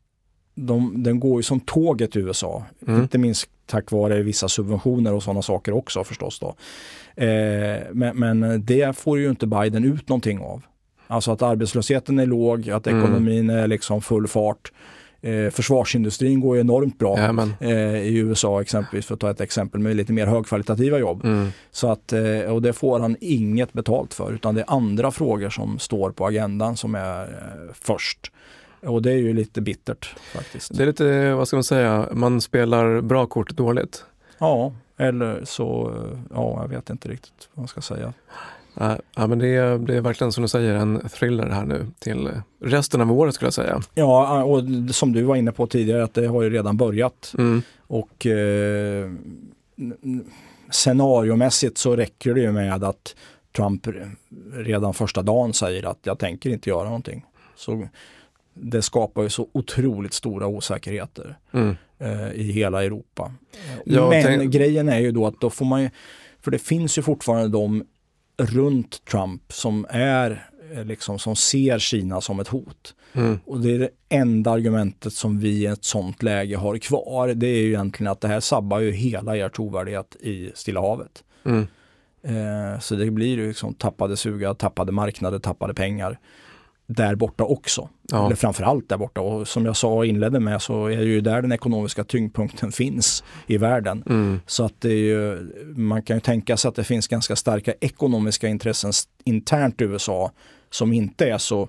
de, den går ju som tåget i U S A. Mm. Inte minst tack vare vissa subventioner och sådana saker också förstås då. Eh, men, men det får ju inte Biden ut någonting av. Alltså att arbetslösheten är låg, att ekonomin är liksom full fart. Eh, försvarsindustrin går ju enormt bra eh, i U S A exempelvis, för att ta ett exempel med lite mer högkvalitativa jobb. Mm. Så att, eh, och det får han inget betalt för, utan det är andra frågor som står på agendan som är eh, först. Och det är ju lite bittert faktiskt. Det är lite, vad ska man säga, man spelar bra kort dåligt. Ja, eller så, ja, jag vet inte riktigt vad man ska säga. Ja, men det är, det är verkligen som du säger en thriller här nu till resten av året skulle jag säga. Ja, och som du var inne på tidigare att det har ju redan börjat. Mm. Och eh, scenariomässigt så räcker det ju med att Trump redan första dagen säger att jag tänker inte göra någonting. Så det skapar ju så otroligt stora osäkerheter mm. eh, i hela Europa. Ja, Men tänk... grejen är ju då att då får man ju, för det finns ju fortfarande de runt Trump som är liksom, som ser Kina som ett hot. Mm. Och det är det enda argumentet som vi i ett sånt läge har kvar. Det är ju egentligen att det här sabbar ju hela er trovärdighet i Stilla havet. Mm. Eh, så det blir ju liksom tappade suga, tappade marknader, tappade pengar där borta också. Ja. Eller framförallt där borta. Och som jag sa och inledde med så är det ju där den ekonomiska tyngdpunkten finns i världen. Mm. Så att det är ju, man kan ju tänka sig att det finns ganska starka ekonomiska intressen internt i U S A som inte är så,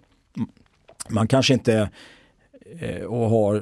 man kanske inte eh, och har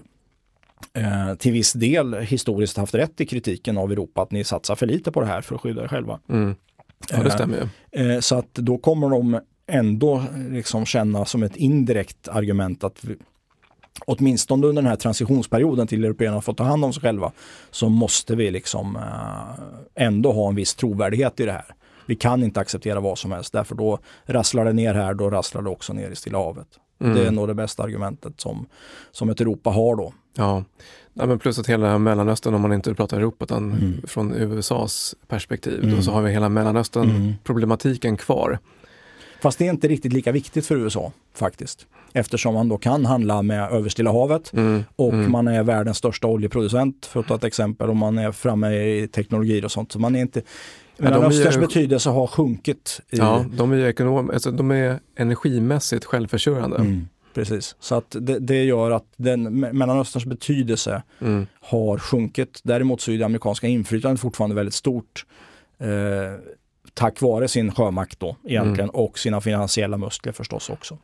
eh, till viss del historiskt haft rätt i kritiken av Europa att ni satsar för lite på det här för att skydda er själva. Mm. Ja, det stämmer ju. Eh, så att då kommer de ändå liksom känna som ett indirekt argument att vi, åtminstone under den här transitionsperioden till européerna får ta hand om sig själva, så måste vi liksom eh, ändå ha en viss trovärdighet i det här. Vi kan inte acceptera vad som helst, därför då rasslar det ner här, då rasslar det också ner i Stilla havet. Mm. Det är nog det bästa argumentet som, som ett Europa har då. Ja, ja men plus att hela Mellanöstern, om man inte pratar Europa utan mm. från U S A:s perspektiv, mm. då så har vi hela Mellanöstern-problematiken mm. kvar. Fast det är inte riktigt lika viktigt för U S A faktiskt. Eftersom man då kan handla med över Stilla havet mm. och mm. man är världens största oljeproducent, för att ta ett exempel, och man är framme i teknologier och sånt. Så man är inte... Mellanösterns ju... betydelse har sjunkit. I... Ja, de är ju ekonom... alltså, de är energimässigt självförsörjande. Mm. Precis, så att det, det gör att den Mellanösterns betydelse mm. har sjunkit. Däremot så är det amerikanska inflytandet fortfarande väldigt stort. Eh, tack vare sin sjömakt då egentligen mm. och sina finansiella muskler förstås också.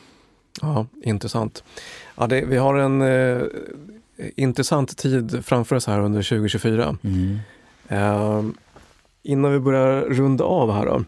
Ja, intressant. Ja, det, vi har en eh, intressant tid framför oss här under tjugo tjugofyra. Mm. Eh, innan vi börjar runda av här då.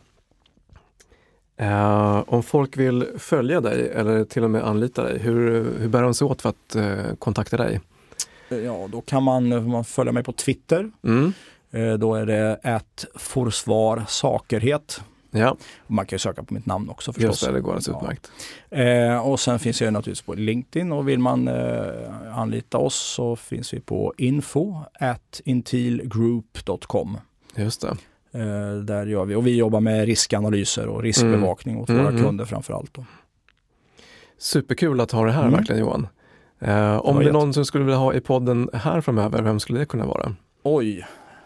Eh, om folk vill följa dig eller till och med anlita dig, hur, hur bär de sig åt för att eh, kontakta dig? Ja, då kan man, man följa mig på Twitter. Mm. Eh, då är det at forsvarsakerhet. Ja. Man kan ju söka på mitt namn också förstås. Just det, det går alltså utmärkt. Ja. Eh, och sen finns jag naturligtvis på LinkedIn, och vill man eh, anlita oss så finns vi på info at intilgroup dot com. Just det. Eh, där gör vi, och vi jobbar med riskanalyser och riskbevakning mm. åt våra mm. kunder framförallt då. Superkul att ha det här mm. verkligen, Johan. Eh, om det är jätt... någon som skulle vilja ha i podden här framöver, vem skulle det kunna vara? Oj.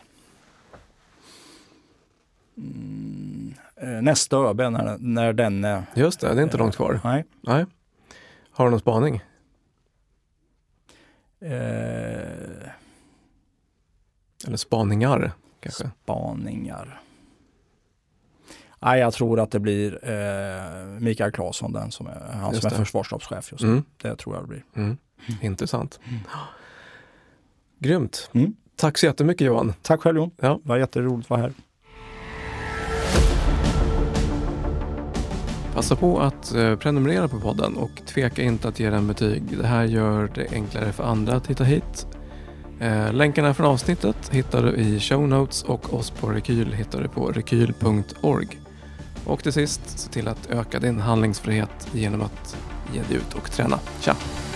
Mm. Nästa ÖB när, när den... Just det, det är inte äh, långt kvar. Nej. nej. Har du någon spaning? Eh, Eller spaningar kanske? Spaningar. Nej, jag tror att det blir eh, Mikael Claesson, den som är, han som är försvarsstabschef just nu. Mm. Det tror jag det blir. Mm. Mm. Intressant. Mm. Grymt. Mm. Tack så jättemycket, Johan. Tack själv, Jon. Ja. Det var jätteroligt att vara här. Passa på att eh, prenumerera på podden och tveka inte att ge den betyg. Det här gör det enklare för andra att hitta hit. Eh, länkarna från avsnittet hittar du i show notes, och oss på Rekyl hittar du på rekyl punkt org. Och till sist, se till att öka din handlingsfrihet genom att ge dig ut och träna. Tja!